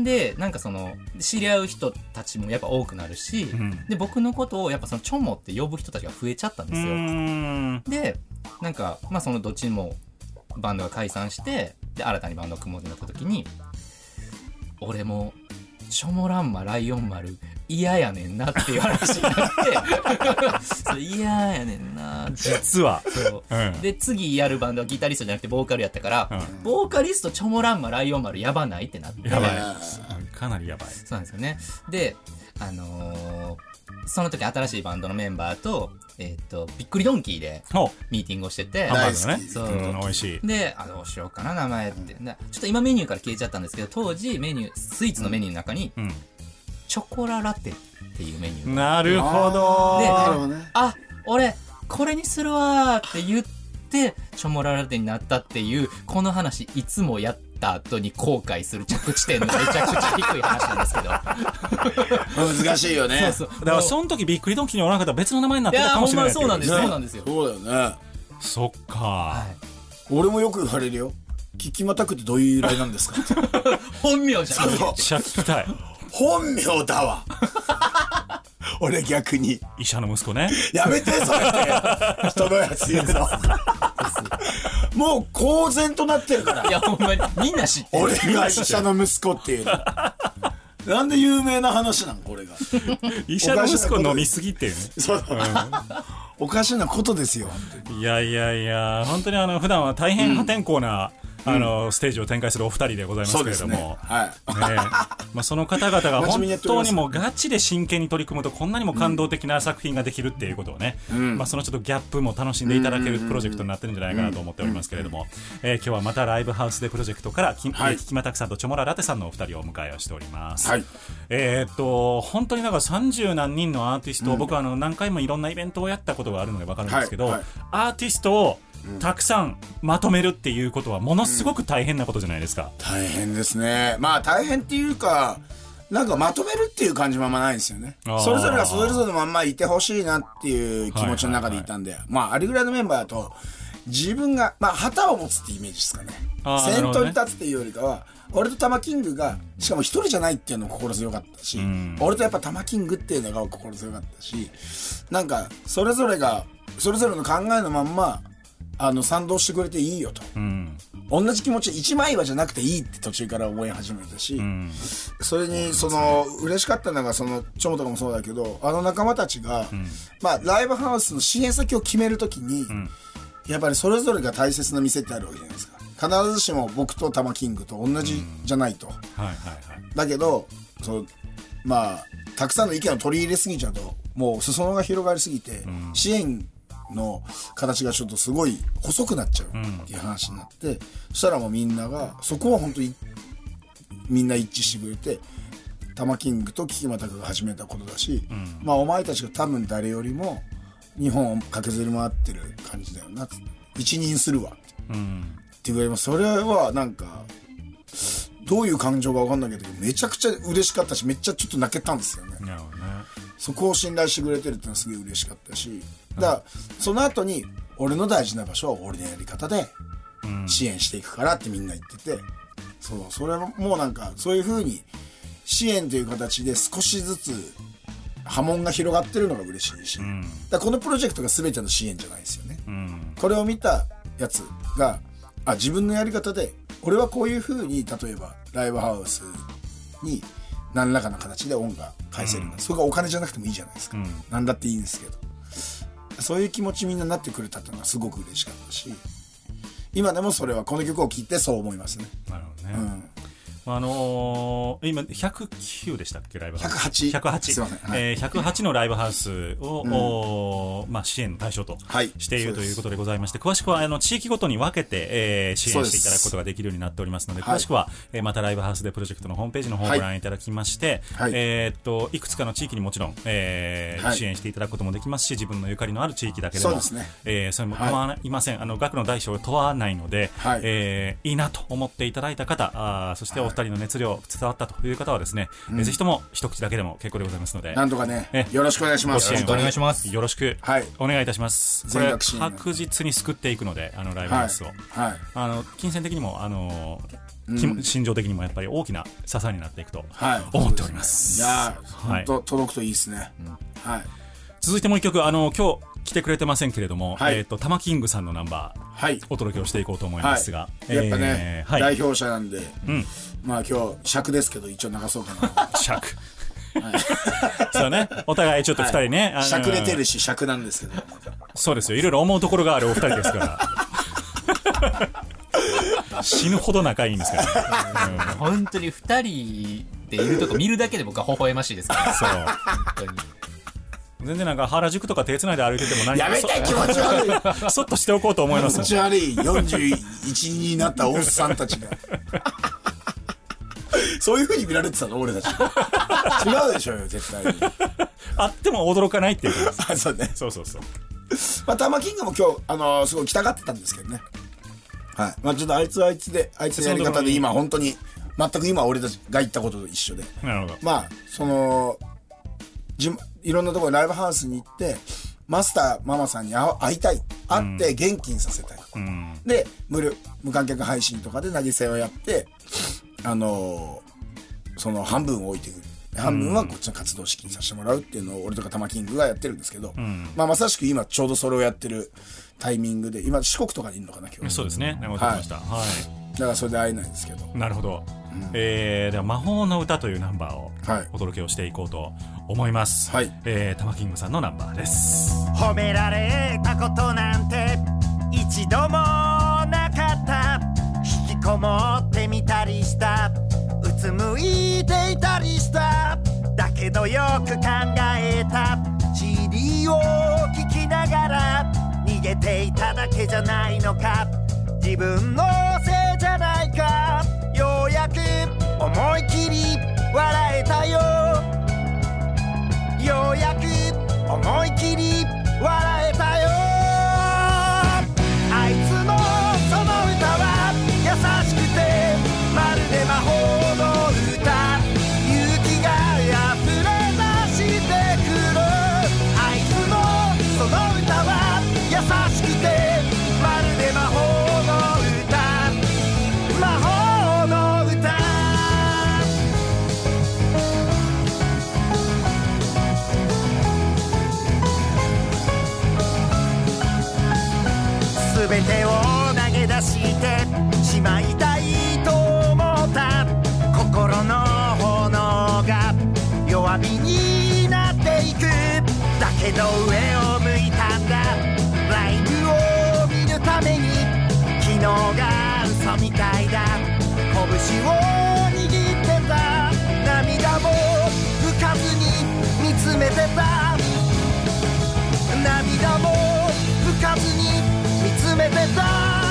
でなんかその知り合う人たちもやっぱ多くなるし、うん、で僕のことをやっぱそのチョモって呼ぶ人たちが増えちゃったんですよ。うーんでなんかまあそのどっちもバンドが解散してで新たにバンドを組もうってなった時に俺もチョモランマライオン丸嫌やねんなっていう話になってそう嫌やねんな実はそう、うん、で次やるバンドはギタリストじゃなくてボーカルやったから、うん、ボーカリストチョモランマライオン丸やばないってなってやばいかなりやばい。 そうなんですよね。であのー、その時新しいバンドのメンバーとえっとびっくりドンキーでミーティングをしててハンバーグのねそう、 うん、美味しいであどうしようかな名前って、うん、ちょっと今メニューから消えちゃったんですけど当時メニュースイーツのメニューの中に、うん、チョコララテっていうメニューなるほどであ俺これにするわーって言ってチョモララテになったっていうこの話いつもやった後に後悔する着地点のめちゃくちゃ低い話なんですけど難しいよね。 そうそうだからその時びっくりドンキーにおらんかったら別の名前になってたかもしれない。 いやほんまそうなんですよ、ね、そうなんですよ。 そうだよね。 そっか、はい、 俺もよく言われるよ。聞きまたくってどういう由来なんですか本名じゃん。めっちゃ聞きたい。 本名だわ俺逆に医者の息子ね。 やめてそうやって人のやつ言うのもう公然となってるから。 いやほんまにみんな知ってる。 俺が医者の息子っていうのなんで有名な話なんこれが医者の息子飲みすぎっていうね。 そう、うん、おかしなことですよ本当に。 いやいやいや本当にあの普段は大変破天荒な、 あのステージを展開するお二人でございますけれども、 ね、はい、 ねまあ、その方々が本当にもうガチで真剣に取り組むとこんなにも感動的な作品ができるっていうことをね、うん、まあ、そのちょっとギャップも楽しんでいただけるプロジェクトになってるんじゃないかなと思っておりますけれども、えー、今日はまたライブハウスでプロジェクトからき、はい、キキマタクさんとチョモララテさんのお二人をお迎えをしております、はい、えー、っと本当になんかさんじゅうなんにんのアーティストを、うん、僕はあの何回もいろんなイベントをやったことがあるので分かるんですけど、はいはい、アーティストをたくさんまとめるっていうことはものすごく大変なことじゃないですか、 うん、大変ですね。まあ大変っていうかなんかまとめるっていう感じもあんまないんですよね。それぞれがそれぞれのまんまいてほしいなっていう気持ちの中でいたんで、はいはいはい、まああれぐらいのメンバーだと自分がまあ旗を持つってイメージですかね。先頭に立つっていうよりかは、俺とタマキングがしかも一人じゃないっていうのも心強かったし、うん、俺とやっぱタマキングっていうのが心強かったし、なんかそれぞれがそれぞれの考えのまんまあの賛同してくれていいよと、うん、同じ気持ち一枚岩じゃなくていいって途中から思い始めたし、うん、それにその嬉しかったのがそのチョモとかもそうだけど、あの仲間たちが、うん、まあライブハウスの支援先を決めるときに、うん、やっぱりそれぞれが大切な店ってあるわけじゃないですか。必ずしも僕とタマキングと同じじゃないと、うん、はいはいはい、だけどそうまあたくさんの意見を取り入れすぎちゃうともう裾野が広がりすぎて、うん、支援の形がちょっとすごい細くなっちゃうっていう話になって、うん、そしたらもうみんながそこは本当にみんな一致してくれて、タマキングとキキマタクが始めたことだし、うん、まあお前たちが多分誰よりも日本を駆けずり回ってる感じだよなって、一任するわって、うん、って言われます。それはなんかどういう感情か分かんないけどめちゃくちゃ嬉しかったし、めっちゃちょっと泣けたんですよね。なるほどね。そこを信頼してくれてるってのはすげえ嬉しかったし、だからその後に俺の大事な場所は俺のやり方で支援していくからってみんな言ってて、そうそれもなんかそういう風に支援という形で少しずつ波紋が広がってるのが嬉しいし、うん、だからこのプロジェクトが全ての支援じゃないですよね、うん、これを見たやつがあ自分のやり方で俺はこういう風に例えばライブハウスに何らかの形で恩が返せるんだ、うん、それがお金じゃなくてもいいじゃないですか、うん、何だっていいんですけど、そういう気持ちみんなになってくれたっていうのはすごく嬉しかったし、今でもそれはこの曲を聴いてそう思いますね。 なるほどね、うん、あのー、今ひゃくきゅうでしたっけライブハウス。ひゃくはち。ひゃくはち。すいません。はい、えー、ひゃくはちのライブハウスを、うん、まあ支援の対象としているということでございまして、詳しくはあの地域ごとに分けて、えー、支援していただくことができるようになっておりますので、詳しくは、えー、またライブハウスでプロジェクトのホームページの方をご覧いただきまして、はい、えー、っといくつかの地域にもちろん、えーはい、支援していただくこともできますし、自分のゆかりのある地域だけでも、そうですね、えー、それも構わいません。はい、あの額の大小を問わないので、はい、えー、いいなと思っていただいた方、あそしてお二人の熱量伝わったという方はですね、うん、ぜひとも一口だけでも結構でございますので、 なんとかね、よろしくお願いします。 よろしくお願いします。 よろしくお願いいたします。はい、これ確実に救っていくので、あのライブハウスを、はいはい、あの金銭的にもあの、うん、心情的にもやっぱり大きな支えになっていくと思っております。 はい、いや本当、はい、届くといいですね。うん、はい。 続いてもう一曲、あの今日来てくれてませんけれども、はい、えっ、ー、とタマキングさんのナンバー、はい、お届けをしていこうと思いますが、 はい、やっぱね、えーはい、代表者なんで、うん、まあ今日尺ですけど一応流そうかな。 尺。はい、そうね、お互いちょっと二人ね、 はい、しゃくれてるし尺なんですけど。 そうですよ、いろいろ思うところがあるお二人ですから。死ぬほど仲いいんですから、 ね。うん、本当に二人でいるとこ見るだけで僕は微笑ましいですから。そう。本当に。 全然なんか原宿とか手つないで歩いてても何やめて気持ち悪いそっとしておこうと思います気持ち悪いよんじゅういちになったおっさんたちがそういう風に見られてたの俺たち違うでしょうよ絶対にあっても驚かないっていうあそうねそうそうそうまあタマキングも今日あのー、すごい来たがってたんですけどねはいまあちょっとあいつはあいつであいつのやり方で今本当に全く今俺たちが言ったことと一緒でなるほどまあそのいろんなところライブハウスに行ってマスターママさんに会いたい会って元気にさせたい、うん、で 無, 無観客配信とかで投げ銭をやってあのー、その半分を置いてくる半分はこっちの活動資金させてもらうっていうのを俺とかタマキングがやってるんですけど、うんまあ、まさしく今ちょうどそれをやってるタイミングで今四国とかにいるのかな今日そうですね分かりました、はいはい、 だからそれで会えないんですけどなるほど、うんえー、では魔法の歌というナンバーをお届けをしていこうと思います、はいえー、タマキングさんのナンバーです。 褒められたことなんて一度もなかった引きとよく考えた シーディー を聴きながら逃げていただけじゃないのか自分のせいじゃないかようやく思い切り笑えたよようやく思い切り笑えたよあいつのその歌は優しくてまるで魔法の歌勇気が溢れ出してくるあいつのその歌は優しくてまるで魔法の歌魔法の歌すべてを投げ出してしまいたいと思った心の炎が弱火になっていくだけど上を向いたんだライブを見るために昨日が嘘みたいだ拳を握ってた涙も拭かずに見つめてた涙も拭かずに見つめてた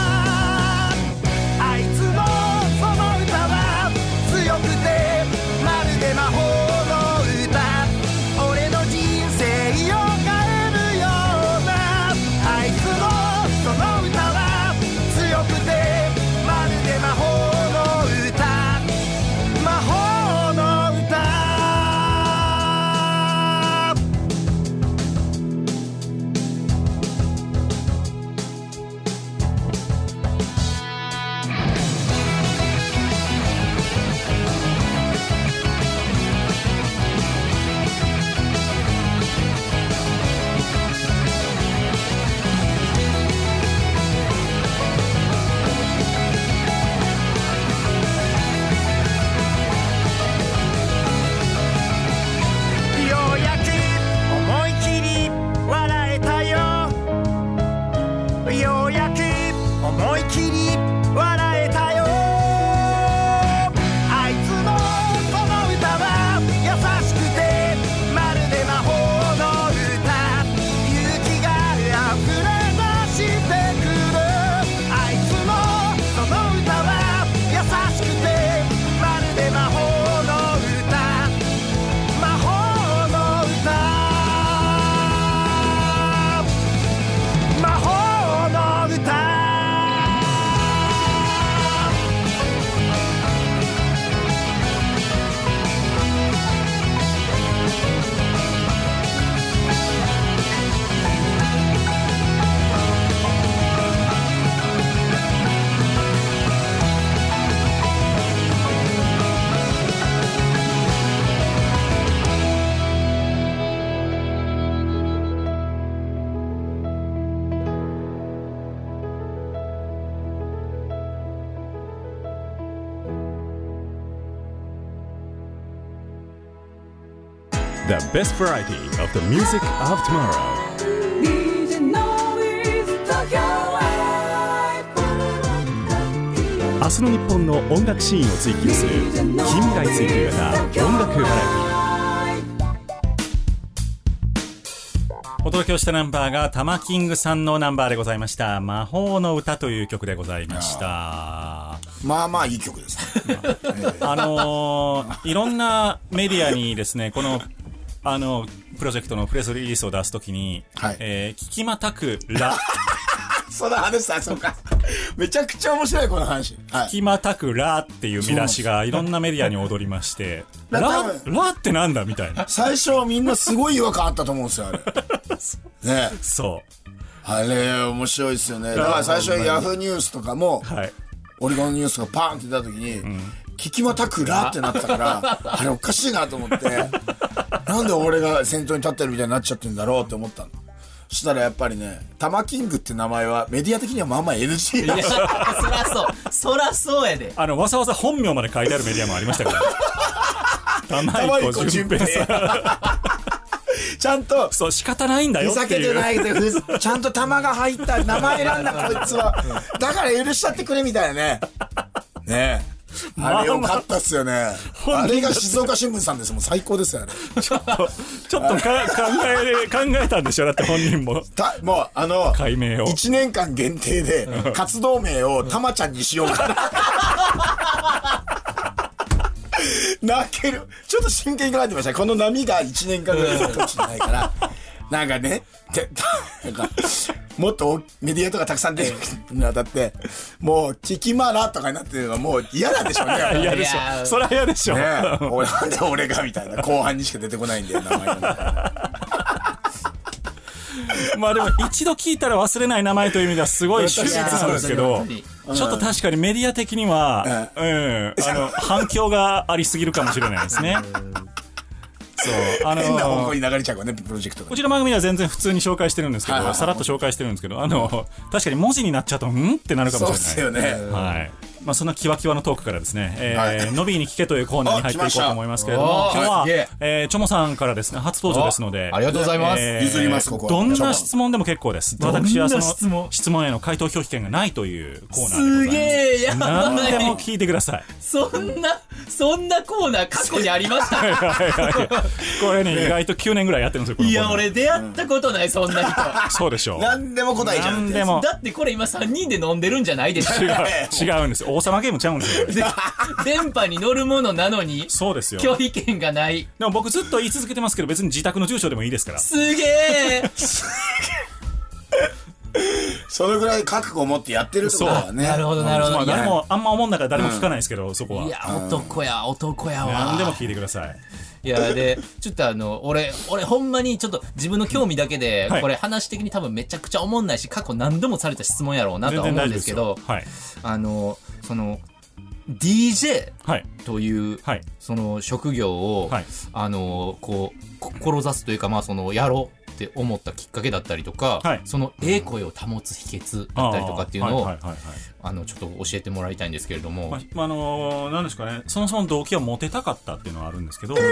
あいつのその歌は強くてまるで魔法の歌俺の人生を変えるようなあいつのその歌は強くてまるで魔法の歌魔法の歌 The best variety of the music of tomorrow. ディージェー の is Tokyo Life 明日の日本の音楽シーンを追求する近未来追求型音楽バラエティ。 お届けをしたナンバーがタマキングさんのナンバーでございました。魔法の歌という曲でございました。 まあまあいい曲ですね。 あのー、いろんなメディアにですね、このあのプロジェクトのプレスリリースを出すときに、はい、えー、聞きまたくらその話さ、そうか。めちゃくちゃ面白いこの話。 はい、聞きまたくらっていう見出しがいろんなメディアに踊りまして、ララってなんだみたいな。 最初はみんなすごい違和感あったと思うんですよ、あれ。ね。 そう。 あれ面白いですよね。だから最初ヤフーニュースとかも、はい、オリゴンニュースがパーンって出た時に、うん、聞きまたくらってなってたからあれおかしいなと思ってなんで俺が先頭に立ってるみたいになっちゃってるんだろうって思ったの。そしたらやっぱりね、タマキングって名前はメディア的にはまあまあ エヌジー だし、 そらそうそらそうやで。 あのわざわざ本名まで書いてあるメディアもありましたから玉井子純平さんちゃんとそう仕方ないんだよっていう、 ふざけてないでちゃんと玉が入った名前なんだこいつは、だから許しちゃってくれみたいなね。ねあれよかったっすよね。あれが静岡新聞さんです。もう最高ですよ、あれ。 ちょっと、ちょっとか考え、考えたんでしょだって本人も。 た、もう、あの、 解明を。 いちねんかん限定で、活動名をたまちゃんにしようかな。泣ける。ちょっと真剣に考えてました。この波がいちねんかんぐらいの時じゃないから。なんかね、てなんか、もっとメディアとかたくさん出てくるにあたって、もう、キキマラとかになってるのがもう嫌なんでしょうね。 嫌でしょ。そりゃ嫌でしょ。 ねえ、俺なんで俺がみたいな、後半にしか出てこないんだよ、名前が。 まあでも一度聞いたら忘れない名前という意味ではすごい秀逸なんですけど、ちょっと確かにメディア的には、うん、あの、反響がありすぎるかもしれないですね。そう、あのー、 変な方向に流れちゃうからね、プロジェクトが。 こちらの番組では全然普通に紹介してるんですけど、はいはいはい、さらっと紹介してるんですけど、あの、確かに文字になっちゃうと、んってなるかもしれない。 そうですよね。 はい。まあそんなキワキワのトークからですね、えーはい、ノビーに聞けというコーナーに入っていこうと思いますけれども、今日は、えー、チョモさんからですね、初登場ですので、 ありがとうございます。 えー、 譲ります、ここは。 どんな質問でも結構です。私はその質問への回答拒否権がないというコーナーでございます。 すげえ、やばい。 何でも聞いてください。 そんな、そんなコーナー過去にありました。はいはいはい。 これね、意外ときゅうねんぐらいやってるんですよ、このいや、俺出会ったことない、そんな人。 そうでしょう。 何でも答えちゃう。 何でも。 だってこれ今さんにんで飲んでるんじゃないですか。 違う、違うんです。王様ゲームちゃうんですよ。 電波に乗るものなのに、 そうですよ。 拒否権がない。 でも僕ずっと言い続けてますけど、別に自宅の住所でもいいですから。 すげえ。 それぐらい覚悟を持ってやってるってことだね。 なるほどなるほど。 まあ誰もあんま思んなから誰も聞かないですけど、そこは。 いや、男や男やわ。 何でも聞いてください。 いや、で、ちょっとあの、俺、俺ほんまにちょっと自分の興味だけで、これ話的に多分めちゃくちゃ思んないし、過去何度もされた質問やろうなとは思うんですけど、 はい。 あの、その、ディージェー という、はい、その職業を、はい、あの、こう、志すというか、まあその、やろうって思ったきっかけだったりとか、はい、その、ええ声を保つ秘訣だったりとかっていうのを、あの、ちょっと教えてもらいたいんですけれども。 まあ、あのー、なんですかね、そもそも動機はモテたかったっていうのはあるんですけど、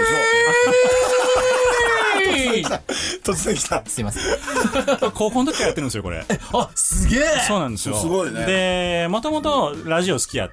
突然来た。 すいません。 高校の時からやってるんですよ、これ。 あ、すげえ。 そうなんですよ。 すごいね。 で、もともとラジオ好きやって、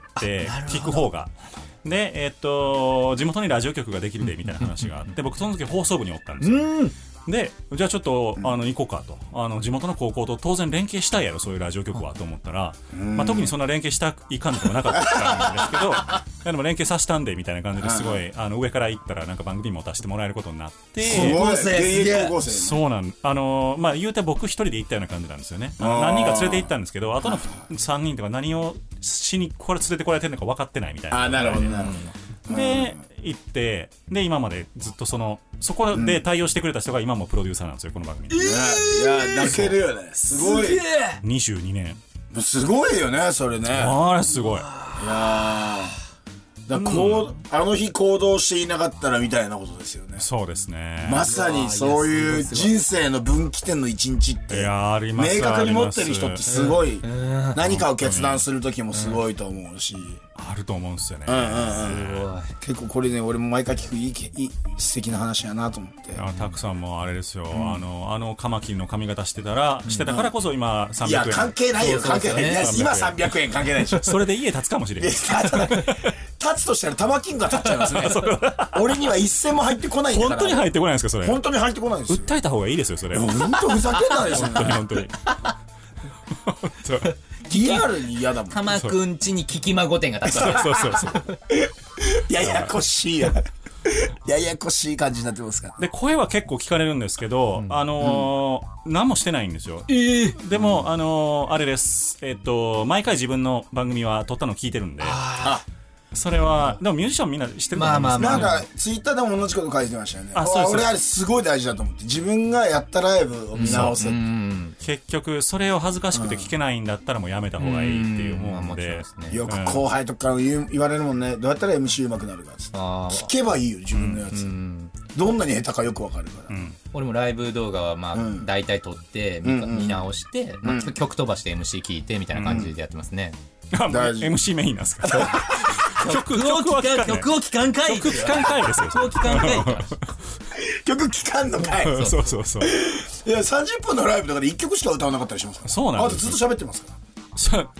聞く方が。で、えー、っと、地元にラジオ局ができるで、みたいな話があって、僕その時放送部におったんですよ。で、じゃあちょっと、あの、行こうかと。あの、地元の高校と当然連携したいやろ、そういうラジオ局は、と思ったら、まあ、特にそんな連携したいかんとかもなかったんですけど、でも連携させたんで、みたいな感じですごい、あの、上から行ったらなんか番組持たせてもらえることになって、 高校生、高校生。 そうなん、あの、まあ、言うて僕一人で行ったような感じなんですよね。何人か連れて行ったんですけど、あとのさんにんとか何をしに、これ連れてこられてるのか分かってないみたいな。 あ、なるほど、なるほど。 で、行って、で、今までずっとその、そこで対応してくれた人が今もプロデューサーなんですよ、この番組。 いや、泣けるよね。すごい。 にじゅうにねん。すごいよね、それね。 あれすごい。いやだこう、あの日行動していなかったらみたいなことですよね。 そうですね。 まさにそういう人生の分岐点の一日って、 いや、あります。 明確に持ってる人ってすごい、何かを決断する時もすごいと思うし。 あると思うんですよね。 うんうんうん。結構これね、俺も毎回聞くいい、いい、素敵な話やなと思って。 あ、たくさんもあれですよ。あの、あのカマキリの髪型してたら、してたからこそ今さんびゃくえん。 いや、関係ないよ、関係ない。今さんびゃくえん関係ないでしょ。 それで家建つかもしれない。 立つとしたら玉金が立っちゃいますね。俺には一銭も入ってこないんだから。 本当に入ってこないんですか、それ。 本当に入ってこないんですよ。 訴えた方がいいですよ、それ。 本当ふざけんなですよね。 本当に本当に。 リアルに嫌だもん。 玉くんちに聞き孫店が立つ。 そうそうそうそう。 ややこしいや。ややこしい感じになってますから。 で、声は結構聞かれるんですけど、うん、あのーうん、何もしてないんですよ。 えー、 でも、あのー、あれです。えっと、毎回自分の番組は撮ったの聞いてるんで。 あそれは、でもミュージシャンみんな知ってると思います。 なんか、ツイッターでも同じこと書いてましたよね。 あ、そうです。 俺あれすごい大事だと思って。自分がやったライブを見直す。 結局、それを恥ずかしくて聞けないんだったらもうやめた方がいいっていう思うので。 よく後輩とか言われるもんね。どうやったら エムシー 上手くなるかっつって。聞けばいいよ、自分のやつ。どんなに下手かよくわかるから。 俺もライブ動画はまあ、大体撮って見直して、曲飛ばして エムシー 聞いてみたいな感じでやってますね。 エムシー メインなんですか？ 曲を聞かん、曲を聞かんかい。 曲聞かんかいですよ。 曲を聞かんかい。 曲聞かんのかい。 そうそうそう。 いや、さんじゅっぷんのライブとかでいっきょくしか歌わなかったりしますから。 そうなんです。 あとずっと喋ってますから。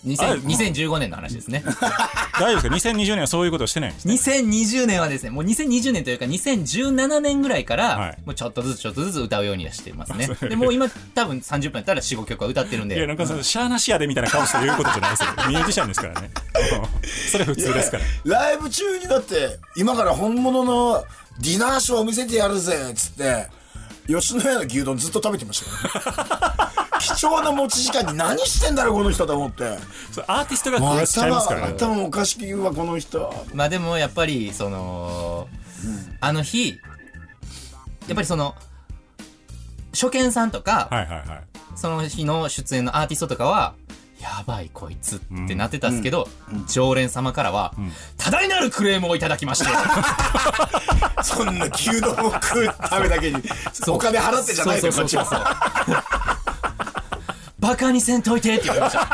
にせんにせんじゅうごねんの話ですね。 大丈夫ですか？にせんにじゅうねんはそういうことをしてないんですね。 にせんにじゅうねんはですね、もうにせんにじゅうねんというかにせんじゅうななねんぐらいから、 はい、 もうちょっとずつちょっとずつ歌うようにしてますね。でもう今多分さんじゅっぷんやったらよん、ごきょくは歌ってるんで。 いや、なんかその、シャーなしやでみたいな顔して言うことじゃないですよ。ミュージシャンですからね。それ普通ですから。 ライブ中にだって、今から本物のディナーショーを見せてやるぜっつって、吉野家の牛丼ずっと食べてましたからね。貴重な持ち時間に何してんだろうこの人と思って。 アーティストが食わしちゃいますからね。 頭おかしくはこの人。 まあでもやっぱりその、うん、あの日やっぱりその初見さんとか、 はいはいはい、 その日の出演のアーティストとかはやばいこいつってなってたんですけど、うんうん、常連様からは、うん、多大なるクレームをいただきましてそんな牛丼を食うためだけにお金払ってじゃないのこっちは。 バカにせんといてって言われました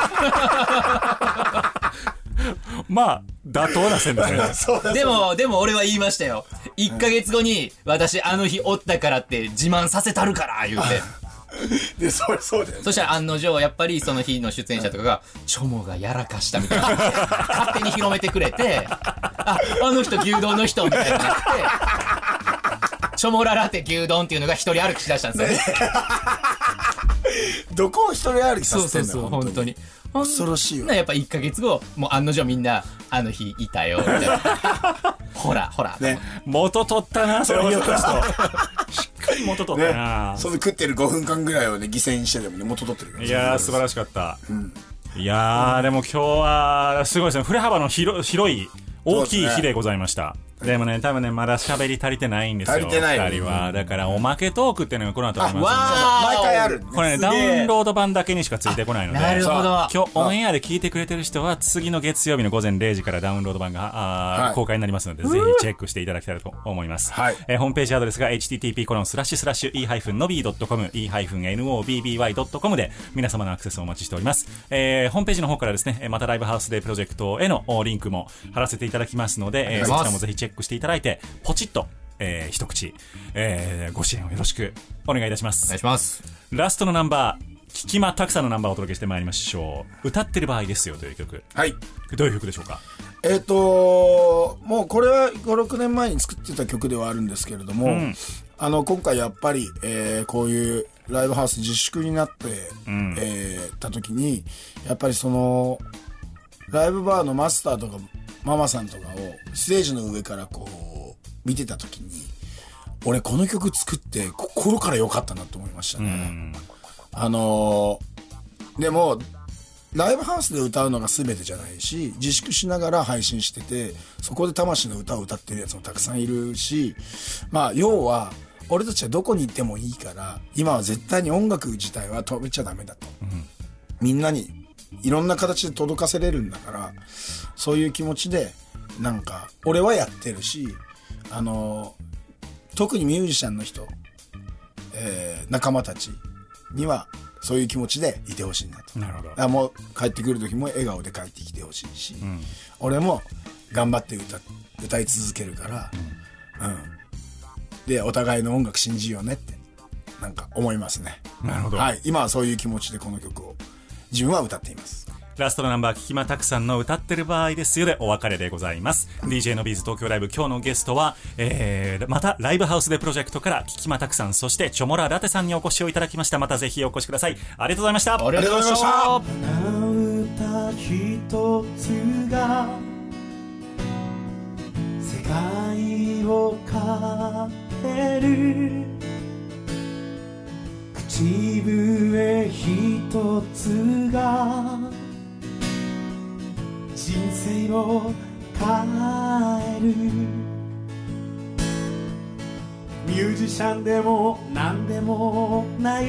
まあ妥当な線ですね。 でもでも俺は言いましたよ。いっかげつごに私あの日おったからって自慢させたるから言うてでそれそうだよね。 そしたら案の定やっぱりその日の出演者とかがチョモがやらかしたみたいな勝手に広めてくれて、ああの人牛丼の人みたいになってチョモララテ牛丼っていうのが一人歩きしだしたんですよね。 どこを一人歩きさせてんだよ。 そうそうそう本当に恐ろしいわ。 やっぱいっかげつごもう案の定みんなあの日いたよみたいなほらほら、 ね、 元取ったなそれ言うとしっかり元取ったな、 ね、その食ってるごふんかんぐらいをね犠牲にしてでもね元取ってるから。 いやー素晴らしかった、うん、いやーでも今日はすごいですね。振れ幅の広い大きい日でございました。でもね、多分ね、まだ喋り足りてないんですよ。 足りてない。 ふたりは。だから、おまけトークっていうのがこの後ありますんで。 毎回ある。 これね、ダウンロード版だけにしかついてこないので。 なるほど。 今日オンエアで聞いてくれてる人は、次の月曜日のごぜんれいじからダウンロード版が、はい、公開になりますので、ぜひチェックしていただきたいと思います。はい。えー、ホームページアドレスが エイチティーティーピーコロンスラッシュスラッシュイーハイフンノビードットコム イーハイフンノビーワイドットコム で皆様のアクセスをお待ちしております。えー、ホームページの方からですね、またライブハウスデープロジェクトへのリンクも貼らせていただきますので、えー、そちらもぜひチェックしていただいて、ポチッと、えー、一口、えー、ご支援をよろしくお願いいたします。 お願いします。 ラストのナンバー、キキマタクさんのナンバーをお届けしてまいりましょう。歌ってる場合ですよという曲。 はい。 どういう曲でしょうか？ えっ、ー、ともうこれはご、ろくねんまえに作ってた曲ではあるんですけれども、うん、あの今回やっぱり、えー、こういうライブハウス自粛になって、うん、えー、た時にやっぱりそのライブバーのマスターとかママさんとかをステージの上からこう見てた時に、俺この曲作って心から良かったなと思いましたね。うん、あのー、でもライブハウスで歌うのが全てじゃないし、自粛しながら配信してて、そこで魂の歌を歌ってるやつもたくさんいるし、まあ要は俺たちはどこに行ってもいいから、今は絶対に音楽自体は止めちゃダメだと、うん、みんなにいろんな形で届かせれるんだから、そういう気持ちでなんか俺はやってるし、あの特にミュージシャンの人、えー、仲間たちにはそういう気持ちでいてほしいなと。 なるほど。 だからもう帰ってくる時も笑顔で帰ってきてほしいし、うん、俺も頑張って 歌, 歌い続けるから、うん、うん、でお互いの音楽信じようねってなんか思いますね。 なるほど。 はい、今はそういう気持ちでこの曲を自分は歌っています。 ラストのナンバー、キキマタクさんの歌ってる場合ですよでお別れでございます。ディージェー のビーズ東京ライブ、今日のゲストは、えー、またライブハウスでプロジェクトからキキマタクさん、そしてチョモララテさんにお越しをいただきました。またぜひお越しください。ありがとうございました。 ありがとうございました。 歌一つが世界を変える、口笛一つが人生を変える。ミュージシャンでも何でもない、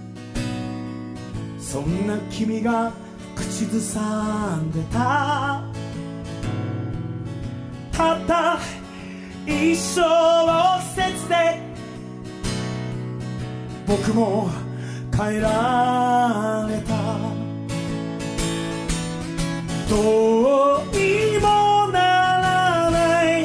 そんな君が口ずさんでた、たった一小節で僕も変えられた。どうにもならない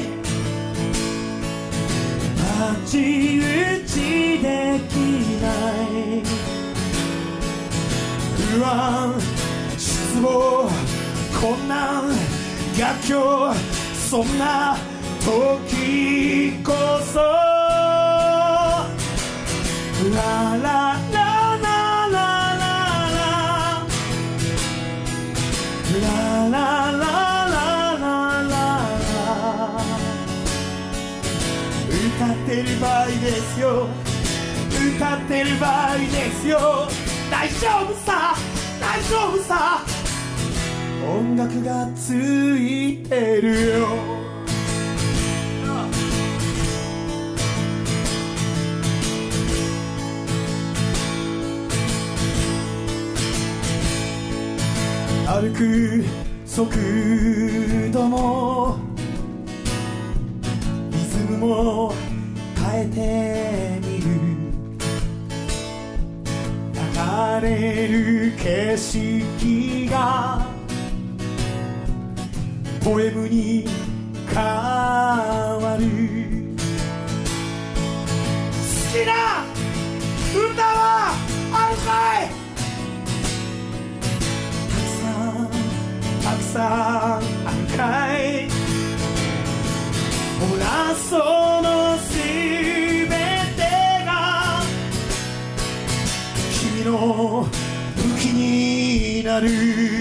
太刀打ちできない不安失望困難逆境そんな時こそララララララララララ歌ってる場合ですよ歌ってる場合ですよ大丈夫さ大丈夫さ音楽がついてるよ歩く速度もリズムも変えてみる流れる景色がポエムに変わる好きな歌はあるかいたくさんあるかいほらそのすべてが君の武器になる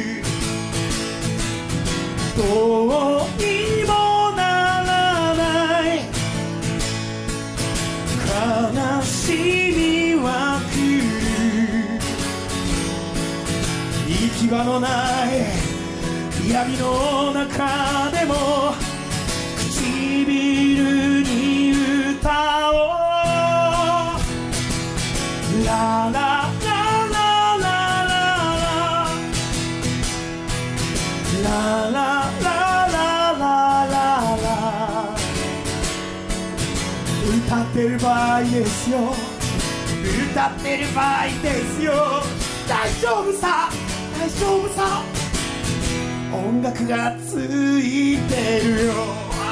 どうにもならない悲しみは来る行き場のない闇の中でも唇に歌をラララララララララララ歌ってる場合ですよ歌ってる場合ですよ大丈夫さ大丈夫さ音楽がついてるよ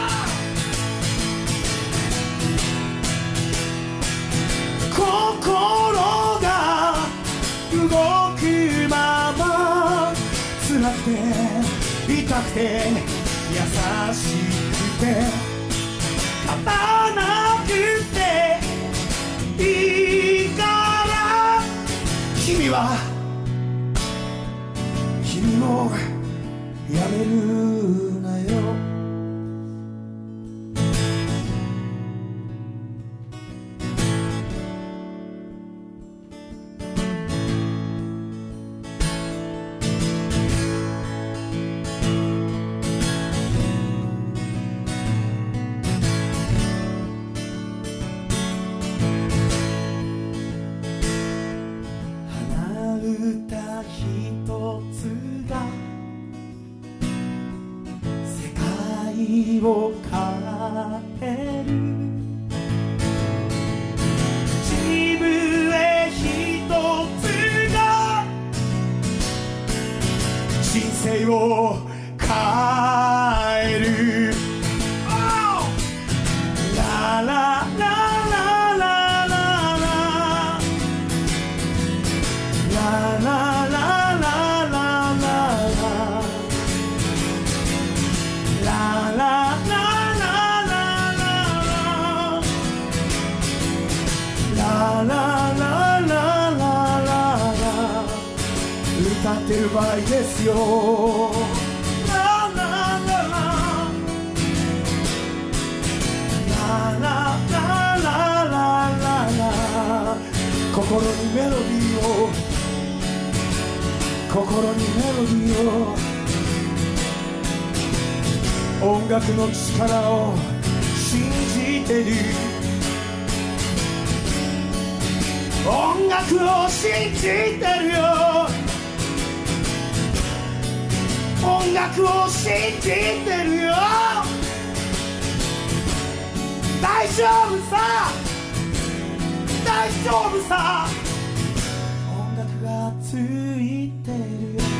心が動くまま辛くて痛くて優しくて勝たなくていいから君は君もやめるなよ鼻歌一つがを変える自分へ一つが人生を変える、oh! ララララララララ歌ってる場合ですよラララララララララ心にメロディーを心にメロディーを音楽の力を信じてる音楽を信じてるよ音楽を信じてるよ大丈夫さ大丈夫さ音楽がついてるよ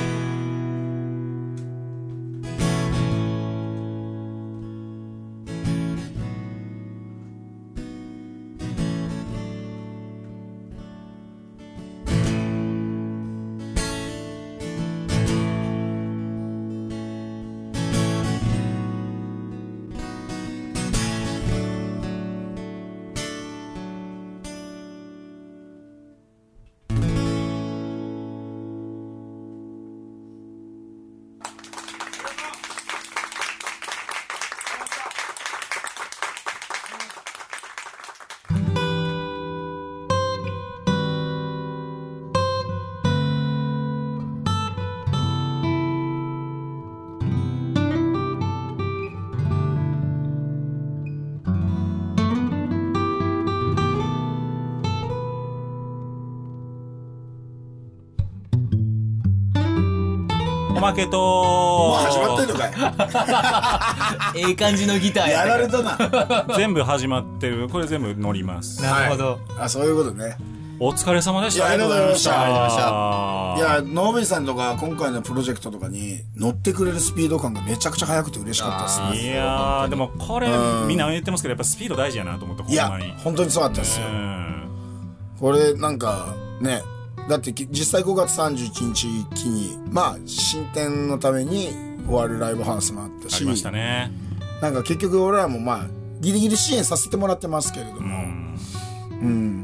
おまけともう始まってんのかい。 ええ感じのギターやられたたな。 全部始まってる。これ全部乗ります。 なるほど、 はい、あ、そういうことね。 お疲れ様でした。 いや、ありがとうございました。 ありがとうございました。いや、野口さんとか今回のプロジェクトとかに乗ってくれるスピード感がめちゃくちゃ速くて嬉しかったですね。 いやー、でもこれみんな言ってますけど、やっぱスピード大事やなと思って、ほんまに。 いや、本当にそうだったですよ。これなんかね、だって実際ごがつさんじゅういちにち期に、まあ進展のために終わるライブハウスもあったし、 ありましたね。 なんか結局俺らもまあギリギリ支援させてもらってますけれども、うん、うん、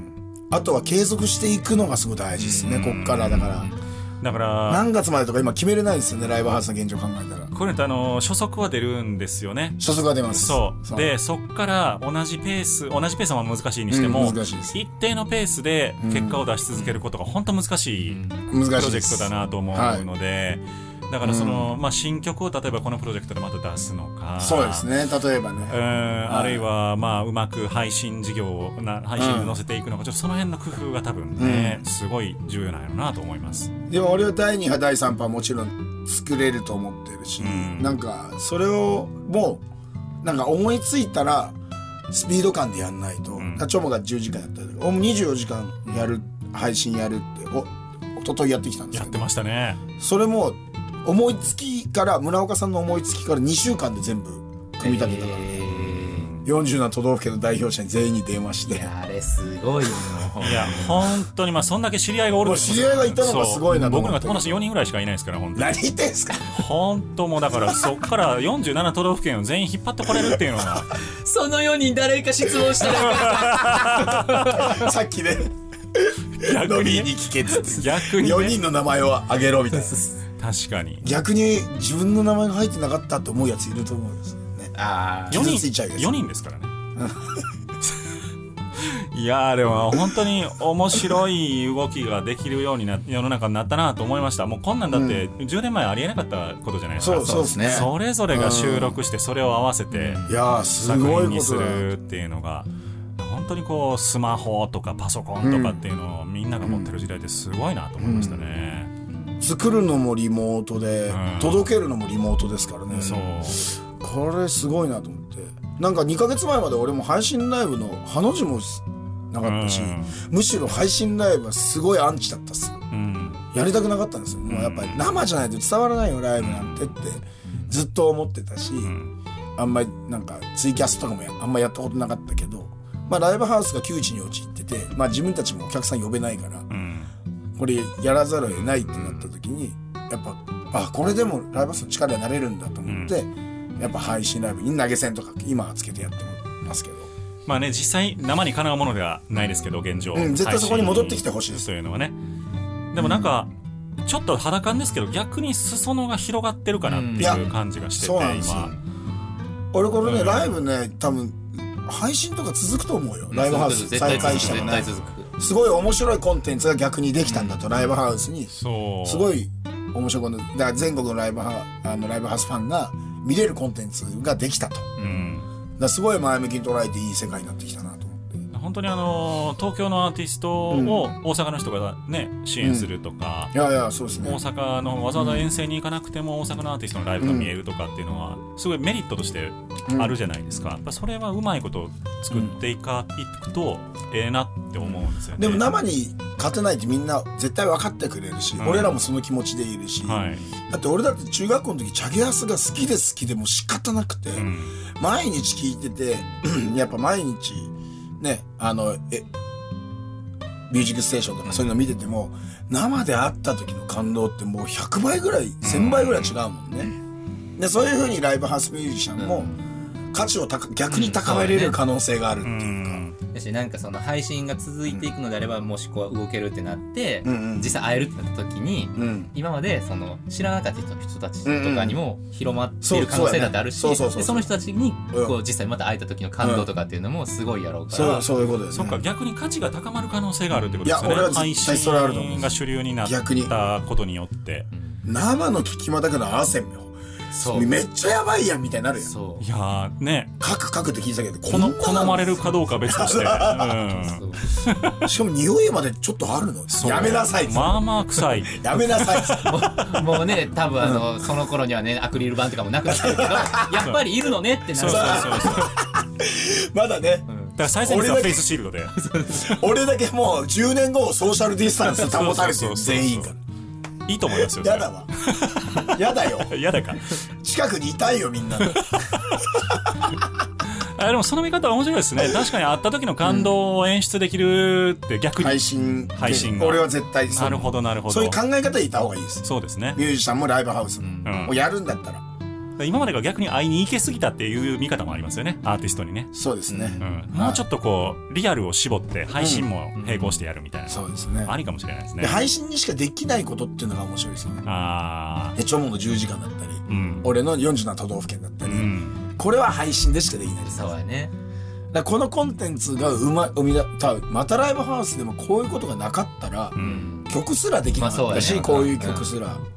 あとは継続していくのがすごい大事ですね、こっからだから。 だから何月までとか今決めれないんですよね、ライブハウスの現状考えたら。 これってあの初速は出るんですよね。 初速は出ます。 そうで、そっから同じペース同じペースは難しいにしても、うん、難しいです。一定のペースで結果を出し続けることが本当難しいプロジェクトだなと思うので、だからその、うん、まあ、新曲を例えばこのプロジェクトでまた出すのか、 そうですね、例えばね、 うん、あるいはまあうまく配信事業をな配信に乗せていくのか、うん、ちょっとその辺の工夫が多分ね、うん、すごい重要なんやろなと思います。 でも俺はだいに波だいさん波はもちろん作れると思ってるし、うん、なんかそれをもうなんか思いついたらスピード感でやんないと、うん、チョモがじゅうじかんやったりとか、にじゅうよじかんやる配信やるってお一昨日やってきたんですけど、 やってましたね。 それも思いつきから村岡さんの思いつきからにしゅうかんで全部組み立てたからね、えー、よんじゅうなな都道府県の代表者に全員に電話して、 あれすごいよ。 いや本当にまあそんだけ知り合いがおるんですよ。知り合いがいたのがすごいなと思って。 僕ら友達よにんぐらいしかいないですから。本当に何言ってんすか。 本当もうだからそっからよんじゅうなな都道府県を全員引っ張ってこれるっていうのがそのよにん誰か質問してないかさっきね逆にに聞けっつって逆に、ね、 よにんの名前を挙げろみたいな。 確かに逆に自分の名前が入ってなかったと思うやついると思うんですよね。 ああよにんよにんですからねいやーでも本当に面白い動きができるようにな世の中になったなと思いました。もうこんなんだってじゅうねんまえありえなかったことじゃないですか、 うん、そうそうですね。 それぞれが収録してそれを合わせて作品にするっていうのが本当にこうスマホとかパソコンとかっていうのをみんなが持ってる時代ってすごいなと思いましたね、 うんうん、作るのもリモートで、うん、届けるのもリモートですからね。 そうこれすごいなと思って、なんかにかげつまえまで俺も配信ライブのハの字もなかったし、うん、むしろ配信ライブはすごいアンチだったっすよ、うん、やりたくなかったんですよ、うん、もうやっぱり生じゃないと伝わらないよライブなんてってずっと思ってたし、うん、あんまりなんかツイキャスとかもあんまやったことなかったけど、まあ、ライブハウスが窮地に陥ってて、まあ、自分たちもお客さん呼べないから、うん、これやらざるを得ないってなった時にやっぱあこれでもライブハウスの力になれるんだと思って、うん、やっぱ配信ライブに投げ銭とか今はつけてやってますけど、 まあね実際生にかなうものではないですけど現状、 うん、絶対そこに戻ってきてほしいですというのはね。でもなんか、うん、ちょっと肌感ですけど逆に裾野が広がってるかなっていう感じがしてて、うん、今俺これね、うん、ライブね多分配信とか続くと思うよ。ライブハウス再開したらねすごい面白いコンテンツが逆にできたんだと、うん、ライブハウスにすごい面白いコンテンツだから全国のライブハあのライブハウスファンが見れるコンテンツができたと、うん、だすごい前向きに捉えていい世界になってきたなと思って。 本当にあの東京のアーティストを大阪の人がね支援するとか、 うん、いやいやそうですね、 大阪のわざわざ遠征に行かなくても大阪のアーティストのライブが見えるとかっていうのはすごいメリットとしてあるじゃないですか、うん、やっぱそれはうまいこと作っていか、うん、いくとええなって思うんですよね。 でも生に勝てないってみんな絶対分かってくれるし、うん、俺らもその気持ちでいるし、はい、だって俺だって中学校の時チャゲアスが好きで好きでもう仕方なくて、うん、毎日聞いててやっぱ毎日ね、あのえミュージックステーションとかそういうの見てても、うん、生で会った時の感動ってもうひゃくばいぐらいせんばいぐらい違うもんね、うん、でそういう風にライブハウスミュージシャンも価値を高逆に高めれる可能性があるっていうか、うんだしなんかその配信が続いていくのであれば、もしこう動けるってなって、うんうん、実際会えるってなった時に、うん、今までその知らなかった人たちとかにも広まっている可能性だってあるし、その人たちにこう実際また会えた時の感動とかっていうのもすごいやろうから、 うん、そうそういうことです、ね、 そっか逆に価値が高まる可能性があるってことですね。 いや俺は絶対それあると思う。 配信が主流になったことによって、 生の聞き間だけの合わせんよそうめっちゃやばいやんみたいになるやん。 そういやーね、 書く書くって聞いてたけど、 この好まれるかどうかは別として、うん、 しかも匂いまでちょっっとあるの。やめなさい。 まあまあ臭い。 やめなさい。 もうね、多分あのその頃にはねアクリル板とかもなくなってるけど、やっぱりいるのねってなる。 そうそうそうそう。 まだね。 だから最先端はフェイスシールドで。 俺だけもうじゅうねんごソーシャルディスタンス保たれてる全員が。 いいと思いますよ。 やだわ。やだよ。 やだか。 近くにいたいよみんな。 あ、でもその見方は面白いですね。確かに会った時の感動を演出できるって逆に、 配信配信が俺は絶対そう。 なるほどなるほど。 そういう考え方でいた方がいいです。 そうですね。 ミュージシャンもライブハウスも、 うん、 をやるんだったら。 今までが逆に会いに行けすぎたっていう見方もありますよね、アーティストにね。 そうですね、 うん、もうちょっとこうリアルを絞って配信も並行してやるみたいな、うん、 そうですね、 ありかもしれないですね。 で配信にしかできないことっていうのが面白いですよね。 ああ、チョモのじゅうじかんだったり、うん、俺のよんじゅうなな都道府県だったり、うん、これは配信でしかできないです。 そうやね。 だこのコンテンツが生ま生み出たまたライブハウスでもこういうことがなかったら、うん、曲すらできなかったし、まあね、こういう曲すら、うん、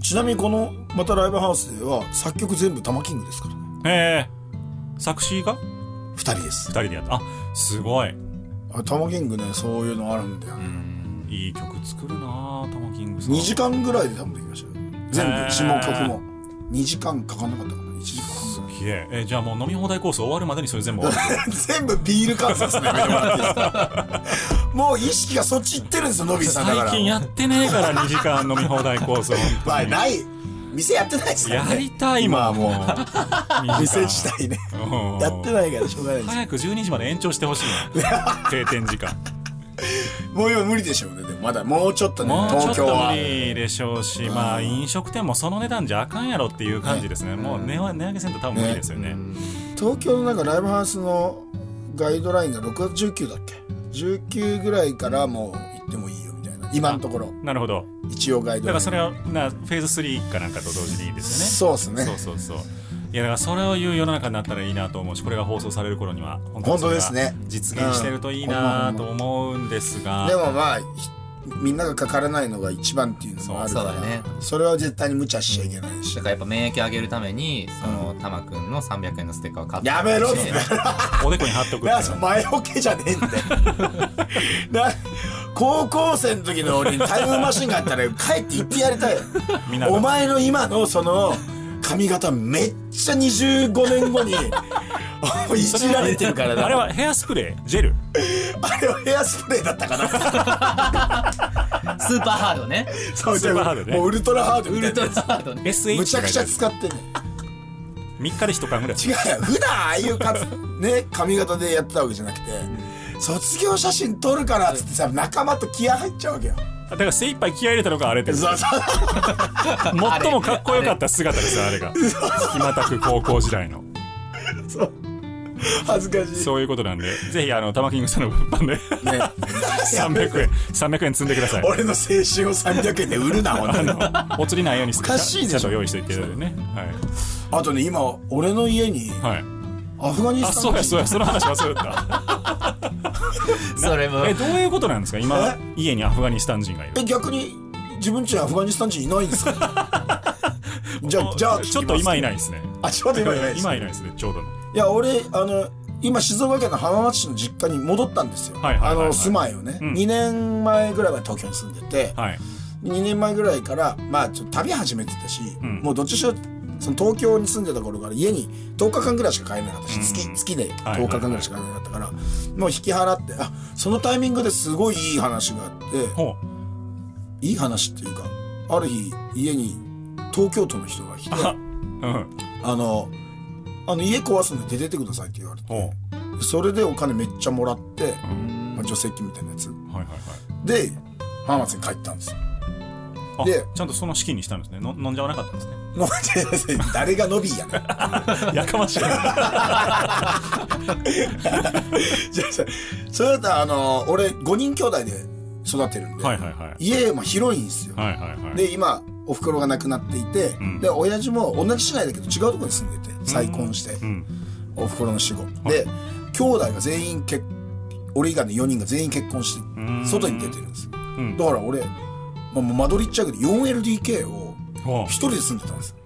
ちなみにこのまたライブハウスでは作曲全部タマキングですからね。 へえ。作詞がふたりです。 ふたりでやった。あ、すごい。 あ、タマキングね、そういうのあるんだよね。 うん、いい曲作るなタマキングさん。 にじかんぐらいで多分できましたよ。全部詞も曲もにじかんかかんなかったかな。いちじかん。 すげえ。え、じゃあもう飲み放題コース終わるまでにそれ全部終わる。 全部ビール観察ね。もう意識がそっち行ってるんですよ、のびさんだから。 最近やってねえからにじかん飲み放題コース。 まあない。店やってないですからね。 やりたいもん、もう。 店自体ね。やってないからしょうがないです。 早くじゅうにじまで延長してほしいの。閉店時間。 もう今無理でしょうね。でもまだもうちょっとね、 東京は。もうちょっと無理でしょうし、まあ飲食店もその値段じゃあかんやろっていう感じですね。もう値上げせんと多分無理ですよね。 東京のなんかライブハウスのガイドラインがろくがつじゅうくだっけ？じゅうくぐらいからもう行ってもいいよみたいな。今のところ。 なるほど。 一応ガイドライン。 だからそれはなフェーズスリーかなんかと同時にいいですよね。 そうですね。 そうそうそう。いやだからそれを言う世の中になったらいいなと思うし、これが放送される頃には本当ですね。 実現してるといいなと思うんですが、 でもまあみんながかからないのが一番っていうのもあるから、 そう、そうだね、それは絶対に無茶しちゃいけないし、 だからやっぱ免疫上げるためにそのタマくんのさんびゃくえんのステッカーを買ってやめろっておでこに貼っとくって前置けじゃねえんで高校生の時の俺にタイムマシンがあったら帰って言ってやりたいよお前の今のその髪型めっちゃにじゅうごねんごにいじられてるからな。 あれはヘアスプレージェルあれはヘアスプレーだったかなスーパーハードね。 そうスーパーハードね。もうウルトラハードみたいなウルトラハードね。 エスエイチ むちゃくちゃ使ってね。 みっかで一缶ぐらい。 違うよ、普段ああいうかね髪型でやってたわけじゃなくて、卒業写真撮るからっつってさ仲間と気合入っちゃうわけよ。 だから精一杯気合い入れたのがあれって最もかっこよかった姿ですよあれが。暇たく高校時代のそう恥ずかしい。 そういうことなんで、ぜひあのタマキングさんの物販で、ね、さんびゃくえんさんびゃくえん積んでください。 俺の青春をさんびゃくえんで売るな本当に。 お釣りないようにしておかしいでしょ。 ちゃんと用意していっていただいてね。はい。 あとね今俺の家に、はい、アフガニスタン。 あそうやそうやその話忘れた。 それもえどういうことなんですか今家にアフガニスタン人がいる。 え逆に自分ちにアフガニスタン人いないんですか。じゃあじゃあちょっと今いないですね。 あちょっと今いないです、ね、 今いないですねちょうどの。いや俺あの今静岡県の浜松市の実家に戻ったんですよ。はいはいはいはい、あの住まいをね、うん、にねんまえぐらいは東京に住んでて、はい、にねんまえぐらいからまあちょっと旅始めてたし、うん、もうどっちしろその東京に住んでた頃から家にとおかかんぐらいしか帰れなかったし、うん、月, 月でとおかかんぐらいしか帰れなかったから、はいはいはい、もう引き払ってあそのタイミングですごいいい話があっていい話っていうかある日家に東京都の人が来て あ,、うん、あのあの家壊すんで出てってくださいって言われてそれでお金めっちゃもらって、うんまあ、助成金みたいなやつ、はいはいはい、で浜松に帰ったんですよ。 でちゃんとその資金にしたんですね。の飲んじゃわなかったんですね。 飲んじゃわ誰が伸びやねんやかましいじゃあそれだったらあの俺ごにん兄弟で育ってるんで、はいはいはい、家も広いんですよ、はいはいはい、で今お袋が亡くなっていて、うん、で親父も同じ市内だけど違うところに住んでて再婚して、うん、お袋の死後、うん、で兄弟が全員結俺以外のよにんが全員結婚して外に出てるんですよ、うん、だから俺、まあ、もう間取りっちゃうけど よんエルディーケー を一人で住んでたんですよ。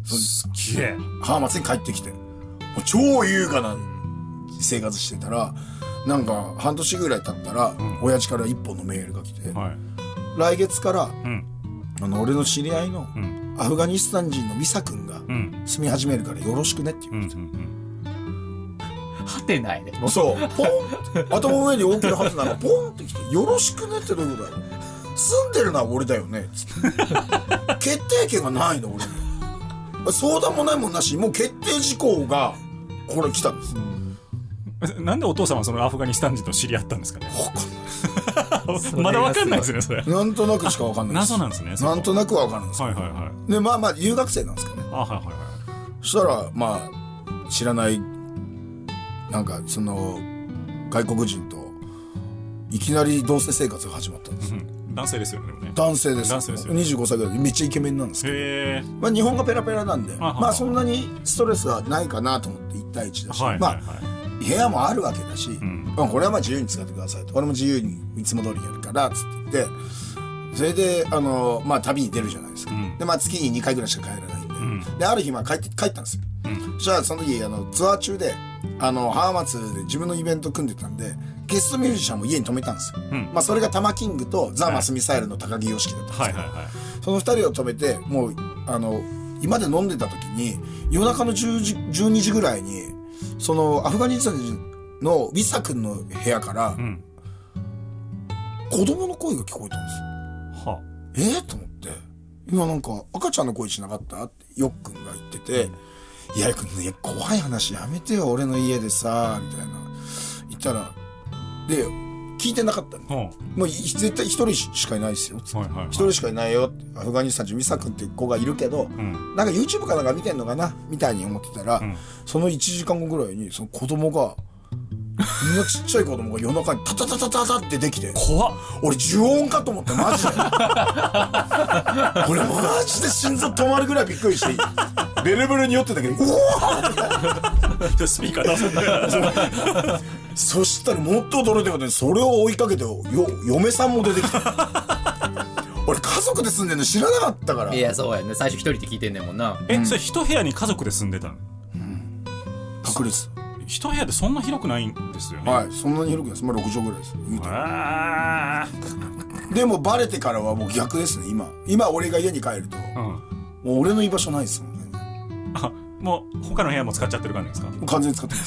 すっげえ浜松に帰ってきて、もう超優雅な生活してたら、なんか半年ぐらい経ったら、うん、親父から一本のメールが来て、はい、来月から、うん、あの俺の知り合いの、うん、アフガニスタン人のミサ君が住み始めるからよろしくねって言われて、うんうんうん、はてないね。 そうポンって頭の上に大きなハテナがポンってきて、よろしくねってどういうことだよ、住んでるのは俺だよねつって決定権がないの俺に、相談もないもんなし、もう決定事項がこれ来たんです、 うん、なんでお父様はそのアフガニスタン人と知り合ったんですかね。まだ分かんないですねそれ。 なんとなくしか分かんないです。 謎なんですね。 なんとなくは分かるんですけど、はいはいはい、でまあまあ留学生なんですけどね。あ、はいはいはい。そしたらまあ知らないなんかその外国人といきなり同棲生活が始まったんです、うん、男性ですよね。男性です。 男性ですよね。 にじゅうごさいぐらいでめっちゃイケメンなんですけど、へー、まあ、日本がペラペラなんで、あまあそんなにストレスはないかなと思っていち対いちだし、はいはいはい、まあ部屋もあるわけだし、うん、まあ、これはまあ自由に使ってくださいと、俺も自由にいつも通りやるからつって言って、それであのまあ旅に出るじゃないですか、うん、でまあ月ににかいぐらいしか帰らないんで、うん、である日まあ帰って帰ったんですよ、うん、そしたらその時あのツアー中であの浜松で自分のイベント組んでたんで、ゲストミュージシャンも家に泊めたんですよ、うん、まあそれがタマキングとザ・マスミサイルの高木良樹だったんですけど、はいはいはいはい、そのふたりを泊めて、もうあの今まで飲んでた時に夜中のじゅうじじゅうにじぐらいにそのアフガニスタンのウィサ君の部屋から、うん、子供の声が聞こえたんですよ、はあ、えー、と思って、今なんか赤ちゃんの声しなかったってヨッくんが言ってて、いや、いや怖い話やめてよ俺の家でさみたいな言ったら、で聞いてなかったの、はあ、もう絶対一人しかいないですよ、はいはいはい、一人しかいないよって、アフガニスタン人ウィサ君っていう子がいるけど、うん、なんか YouTube かなんか見てんのかなみたいに思ってたら、うん、そのいちじかんごぐらいにその子供がみんなちっちゃい子供が夜中にタタタタタタってできて、 怖っ、 俺呪音かと思ってマジで俺マジで心臓止まるぐらいびっくりしてベルベルに酔ってたけど、うわースピーカー出すんだそしたらもっと驚いたことに、それを追いかけてよ嫁さんも出てきた俺家族で住んでるの知らなかったから。 いやそうやね、最初一人って聞いてんねんもんな。 え、うん、それ一部屋に家族で住んでたの、 うん、確率一部屋でそんな広くないんですよね。 はい、そんなに広くないです。まあろくじょうぐらいです。あでもバレてからはもう逆ですね。今今俺が家に帰ると、うん、もう俺の居場所ないですもんね。 あ、もう他の部屋も使っちゃってる感じですか。 完全に使って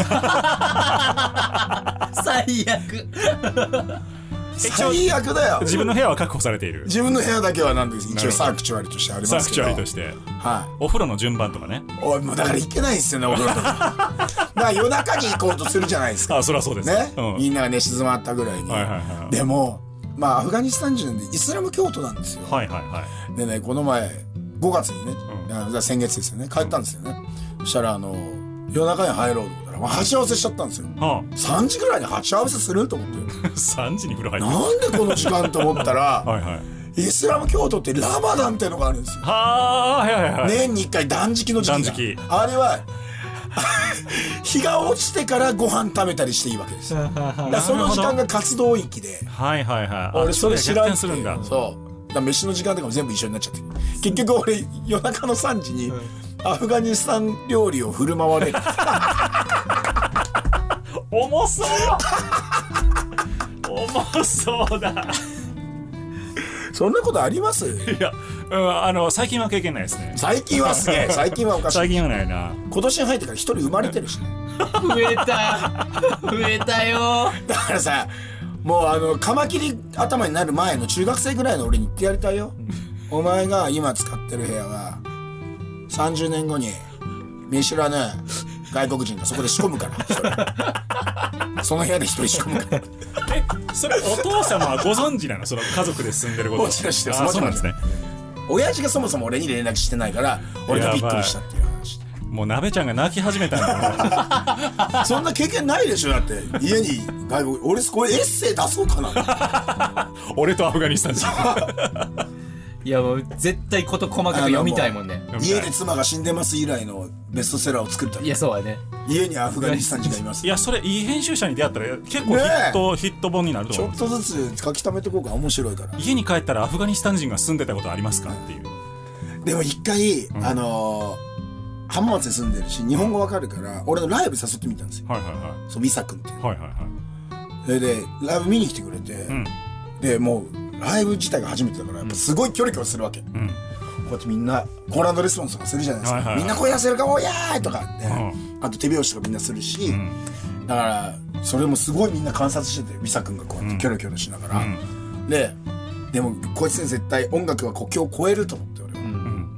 ます最悪最悪だよ。 自分の部屋は確保されている。 自分の部屋だけはなんです一応サンクチュアリとしてありますけど。 サンクチュアリとして、 はい、 お風呂の順番とかね。 おいもうだから行けないんですよねお風呂とかだから夜中に行こうとするじゃないですか。 あ、そりゃそうですね、 うん、 みんなが寝静まったぐらいに、はいはいはい、でもまあアフガニスタン人でイスラム教徒なんですよ。 はいはいはい。でね、この前ごがつにね、うん、先月ですよね、帰ったんですよね、うん、そしたらあの夜中に入ろうと思ったら、まあ、鉢合わせしちゃったんですよ、はあ、さんじぐらいに鉢合わせすると思ってさんじに風呂入ってなんでこの時間と思ったらはい、はい、イスラム教徒ってラマダンっていうのがあるんですよ。 はあ、はいはいはい。 年にいっかい断食の時期が、断食あれは日が落ちてからご飯食べたりしていいわけですよ。だからその時間が活動域で、 はいはいはい。 俺それ知らんってするんだ。 そうだから飯の時間とかも全部一緒になっちゃって結局俺夜中のさんじにアフガニスタン料理を振る舞われる重そう重そうだそんなことあります？ いや、うん、あの最近は経験ないですね。 最近はすげえ最近はおかしい。 最近はないな。 今年に入ってから一人生まれてるしね増えた増えたよ。 だからさ、もうあのカマキリ頭になる前の中学生ぐらいの俺に言ってやりたいよお前が今使ってる部屋はさんじゅうねんごに見知らぬ外国人がそこで仕込むからその部屋で一人仕込むからえ、それお父様はご存知なの？その家族で住んでること。 もちろんしてます。もちろんですね。親父がそもそも俺に連絡してないから俺がびっくりしたっていう話。 もう鍋ちゃんが泣き始めたんだそんな経験ないでしょ。だって家に外国俺これエッセイ出そうかな俺とアフガニスタン人いやもう絶対事細かく読みたいもんね。 家で妻が死んでます以来のベストセラーを作るため。 いやそうやね。 家にアフガニスタン人がいます。 いやそれいい編集者に出会ったら結構ヒット、ね、ヒット本になると思う。 ちょっとずつ書き溜めてこうか。面白いから。 家に帰ったらアフガニスタン人が住んでたことありますかっていう。 でも一回、うん、あのー浜松に住んでるし日本語わかるから俺のライブ誘ってみたんですよ。 はいはいはい。 そうミサ君っていう。 はいはいはい。 それでライブ見に来てくれて、うん、でもうライブ自体が初めてだからやっぱすごいキョロキョロするわけ、うん、こうやってみんなコーランドレスポンスとかするじゃないですか、はいはいはい、みんな声出せるかおやーいとかって、うん、あと手拍子とかみんなするし、うん、だからそれもすごいみんな観察しててミサ君がこうやってキョロキョロしながら、うん、ででもこいつね絶対音楽は国境を越えると思って俺は、うん、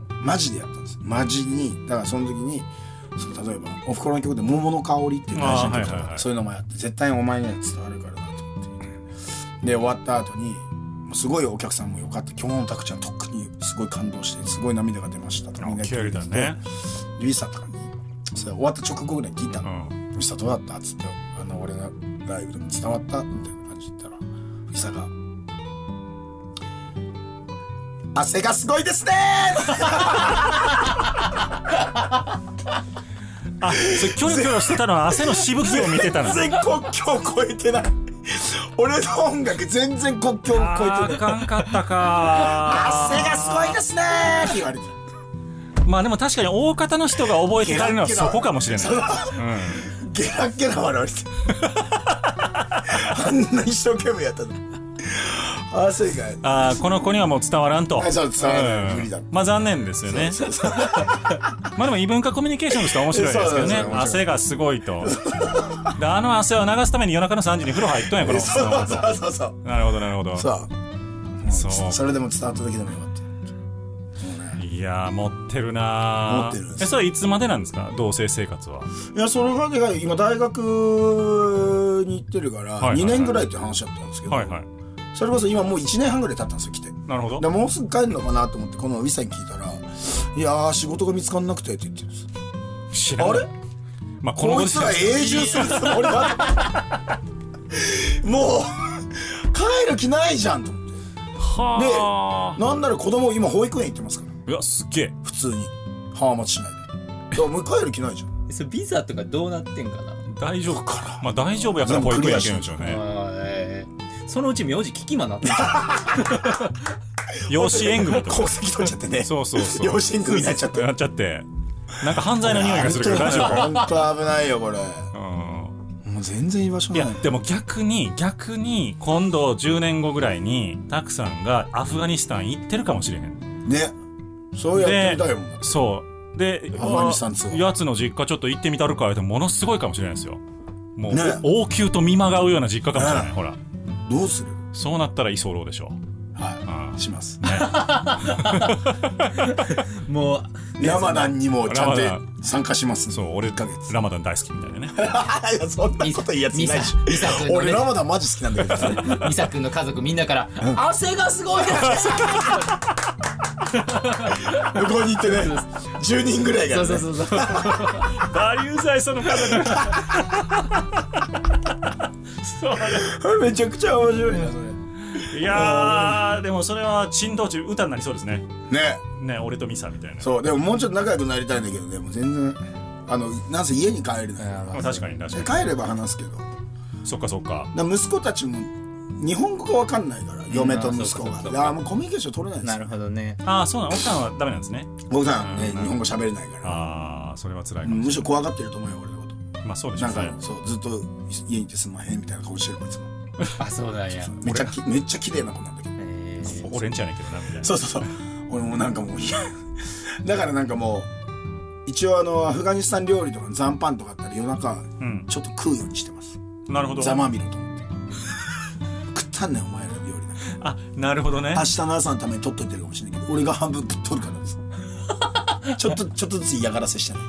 マジでやったんです。マジにだからその時にその例えばおふくろの曲で桃の香りっていう大事な曲とか、はいはいはい、そういうのもやって絶対お前には伝わるからなと思ってで終わった後にすごいお客さんもよかった今日のたくちゃん特にすごい感動してすごい涙が出ましたとみんな聞いてて、ね、リサとかにそれ終わった直後ぐらいに聞いたの、うん、リサどうだったっつってあの俺のライブでも伝わったみたいな感じで言ったらリサが汗がすごいですねあ、それキョロキョロしてたのは汗のしぶきを見てたの。 全然国境を越えてない俺の音楽全然国境を越えてない。 あかんかったか汗がすごいですねって言われてまあでも確かに大方の人が覚えてたのはそこかもしれない、うん、 ゲラゲラ笑われてあんな一生懸命やったのあ、そうか。 あ、この子にはもう伝わらんと。 そう伝わらない、うん、無理だ。 まあ残念ですよね。そうそうそうまあでも異文化コミュニケーションとしては面白いですけどね。汗がすごいと。であの汗を流すために夜中のさんじに風呂入っとんやこの。 そうそうそうそう。 なるほどなるほど。 そう。そう。それでも伝わった時でもよかった。 いやー持ってるなー。 持ってるんです。 えそれいつまでなんですか同棲生活は。 いやそれがね今大学に行ってるから、はいはいはい、にねんぐらいって話だったんですけど。はいはい。それこそ今もういちねんはんぐらい経ったんですよ来て。 なるほど。 でもうすぐ帰るのかなと思ってこのウィさんに聞いたらいやー仕事が見つかんなくてって言ってるんです。 知らない。あれまあこのこいつは永住するつもりだもう帰る気ないじゃんと思ってはでなんなら子供今保育園行ってますから。 いやすっげえ普通に浜松市内でだからもう帰る気ないじゃんそれビザとかどうなってんかな。 大丈夫かな。まあ大丈夫やから保育園行けるんでしょうね。 そのうち名字聞きまなって養子縁組とか戸籍取っちゃってね。 そうそうそう養子縁組になっちゃってなっちゃってなんか犯罪の匂いがするけど大丈夫か。 本当危ないよこれ、うん、もう全然居場所ない。 いやでも逆に逆に今度じゅうねんごぐらいにタクさんがアフガニスタン行ってるかもしれへんね。そうやってみたいもん。 そうでアフガニスタンツやつの実家ちょっと行ってみたるかってものすごいかもしれないですよ。もう、ね、王宮と見まがうような実家かもしれない、ね、ほらどうする。 そうなったら居候でしょう。 はい、うん、します、ね、 もうラマダンにもちゃんと参加します。 そう俺いっかげつラマダン大好きみたいなねいやそんなこと言うやついないし俺ラマダンマジ好きなんだけどミサ君の家族みんなから汗がすごい向こうに行ってねじゅうにんぐらいがねそうそうそうそうバリュー剤その家族そうめちゃくちゃ面白いなそれ。 いやーでもそれは珍道中歌になりそうですね。 ねね俺とミサみたいな。 そうでももうちょっと仲良くなりたいんだけどねもう全然あのなんせ家に帰れないから。 確かに確かに帰れば話すけど。 そっかそっか。 だ息子たちも日本語が分かんないから嫁と息子が。いやもうコミュニケーション取れないですよ。 なるほどね。 ああそうなの奥さんはダメなんですね。 奥さんね日本語喋れないから。 ああそれは辛いかもしれない。 むしろ怖がってると思うよ俺のこと。 まあそうでしょうね。 なんかそうずっと家にいてすんまへんみたいな顔してるこいつも。 あそうなんや。 めっちゃめっちゃ綺麗な子なんだけど。 俺んちゃねんけどなみたいな。 そうそうそう。俺もなんかもういやだからなんかもう一応あのアフガニスタン料理とか残飯とかあったら夜中ちょっと食うようにしてます。 なるほど。 ざまみろと思って食ったんねんお前らの料理なんか。あなるほどね。 明日の朝のために取っといてるかもしれないけど俺が半分食っとるからですちょっとちょっとずつ嫌がらせしてね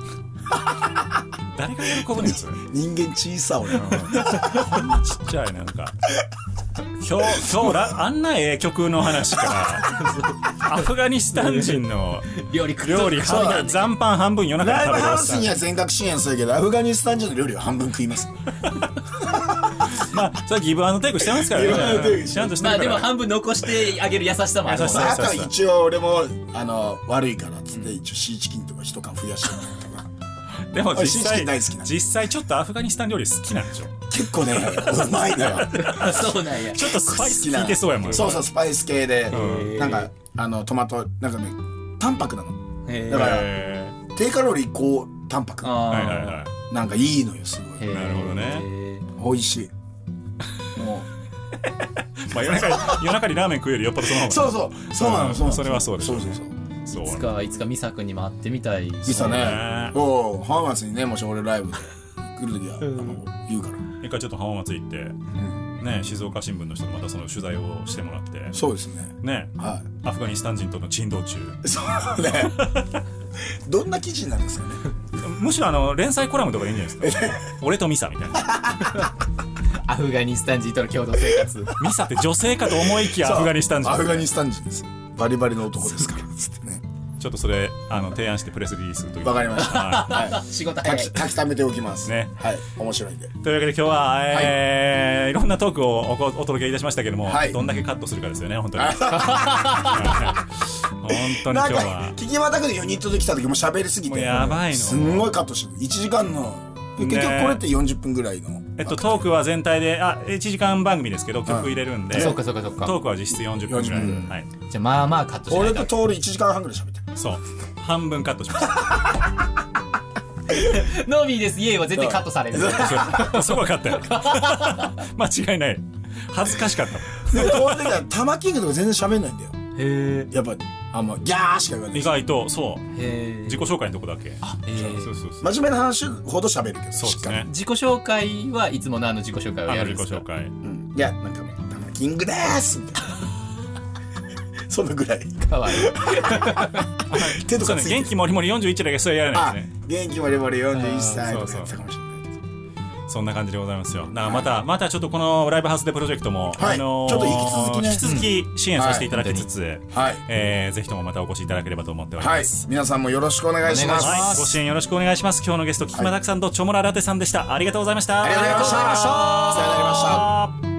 誰が喜ぶねんそれ。 人間小さ俺ちっちゃいなんか今日今日らあんなええ曲の話からアフガニスタン人の料理料理半分残飯半分夜中に食べる。 ライブハウスには全額支援するけどアフガニスタン人の料理は半分食いますまあそれはギブアンドテイクしてますからね。ちゃんとしてるから。 まあでも半分残してあげる優しさもある。 優しさ。あとは一応俺もあの悪いからっつって一応シーチキンとか一缶増やしてみたりとか。 でも実際実際ちょっとアフガニスタン料理好きなんでしょ。 結構ねうまいのよそうなんや。 ちょっとスパイス効いてそうやもんね。 そうそうスパイス系でなんかあのトマトなんかね淡白なのだから低カロリー高タンパクはいはいはいなんかいいのよすごい。 なるほどね。 美味しい。 もまあ夜中に夜中にラーメン食うよりよっぽどその方がそうそうそうなのそうなの。 それはそうですそうそうそう。 そうういつかいつかミサ君にも会ってみたい。 いつかね。おお浜松にねもし俺ライブで来る時はあの言うから。 一回ちょっと浜松行ってね静岡新聞の人とまたその取材をしてもらって。 そうですね。 ね。 はい。 アフガニスタン人との珍道中。 そうね。どんな記事なんですかね。 むしろあの連載コラムとかいいんじゃないですか。俺とミサみたいな。 アフガニスタン人との共同生活。 ミサって女性かと思いきやアフガニスタン人。 アフガニスタン人です。バリバリの男ですからつってね。 ちょっとそれあの提案してプレスリリースという。 わかりました。 はい。仕事早い。 書き溜めておきます。 ね。 はい。面白いんで。 というわけで今日は、えーいろんなトークをおお届けいたしましたけども、 はい、 どんだけカットするかですよね本当に。本当に今日は。 聞きまたくでユニットで来た時も喋りすぎて。 もうやばいの。 すんごいカットしてる。いちじかんの。結局これってよんじゅっぷんぐらいの。 えっとトークは全体であいちじかん番組ですけど曲入れるんで。 そうかそうかそうか。 トークは実質よんじゅっぷんぐらい。はい。 じゃあまあまあカットしないと。 俺とトールいちじかんはんぐらい喋ってる。 そう。半分カットしました。 ノビーですイエーは絶対カットされる。 そこはカットや。間違いない。恥ずかしかった。 でもこの時は玉キングとか全然喋んないんだよ。 へえ。 やっぱあんまギャーしか言わない。 意外とそう。 へえ。 自己紹介のとこだけ。 あ、へえ。 そうそうそう。 真面目な話ほど喋るけど。 そうですね。 自己紹介はいつものあの自己紹介をやるんですか。 自己紹介。 うん。いやなんか玉キングでーす。そのぐらい。 かわいい。 手とかついてる。 元気もりもりよんじゅういちだけそれやらないですね。 元気もりもりよんじゅういっさいとかやったかもしれない。 そんな感じでございますよ。だからまた、はい、またちょっとこのライブハウスでプロジェクトも、 はい、 あのー、 ちょっと引き続きね、 引き続き支援させていただきつつ、 はい、 えー、ぜひともまたお越しいただければと思っております。 はい、皆さんもよろしくお願いします。 はい、ご支援よろしくお願いします。今日のゲスト、菊間拓さんとチョモララテさんでした。ありがとうございました。 ありがとうございました。さよならました。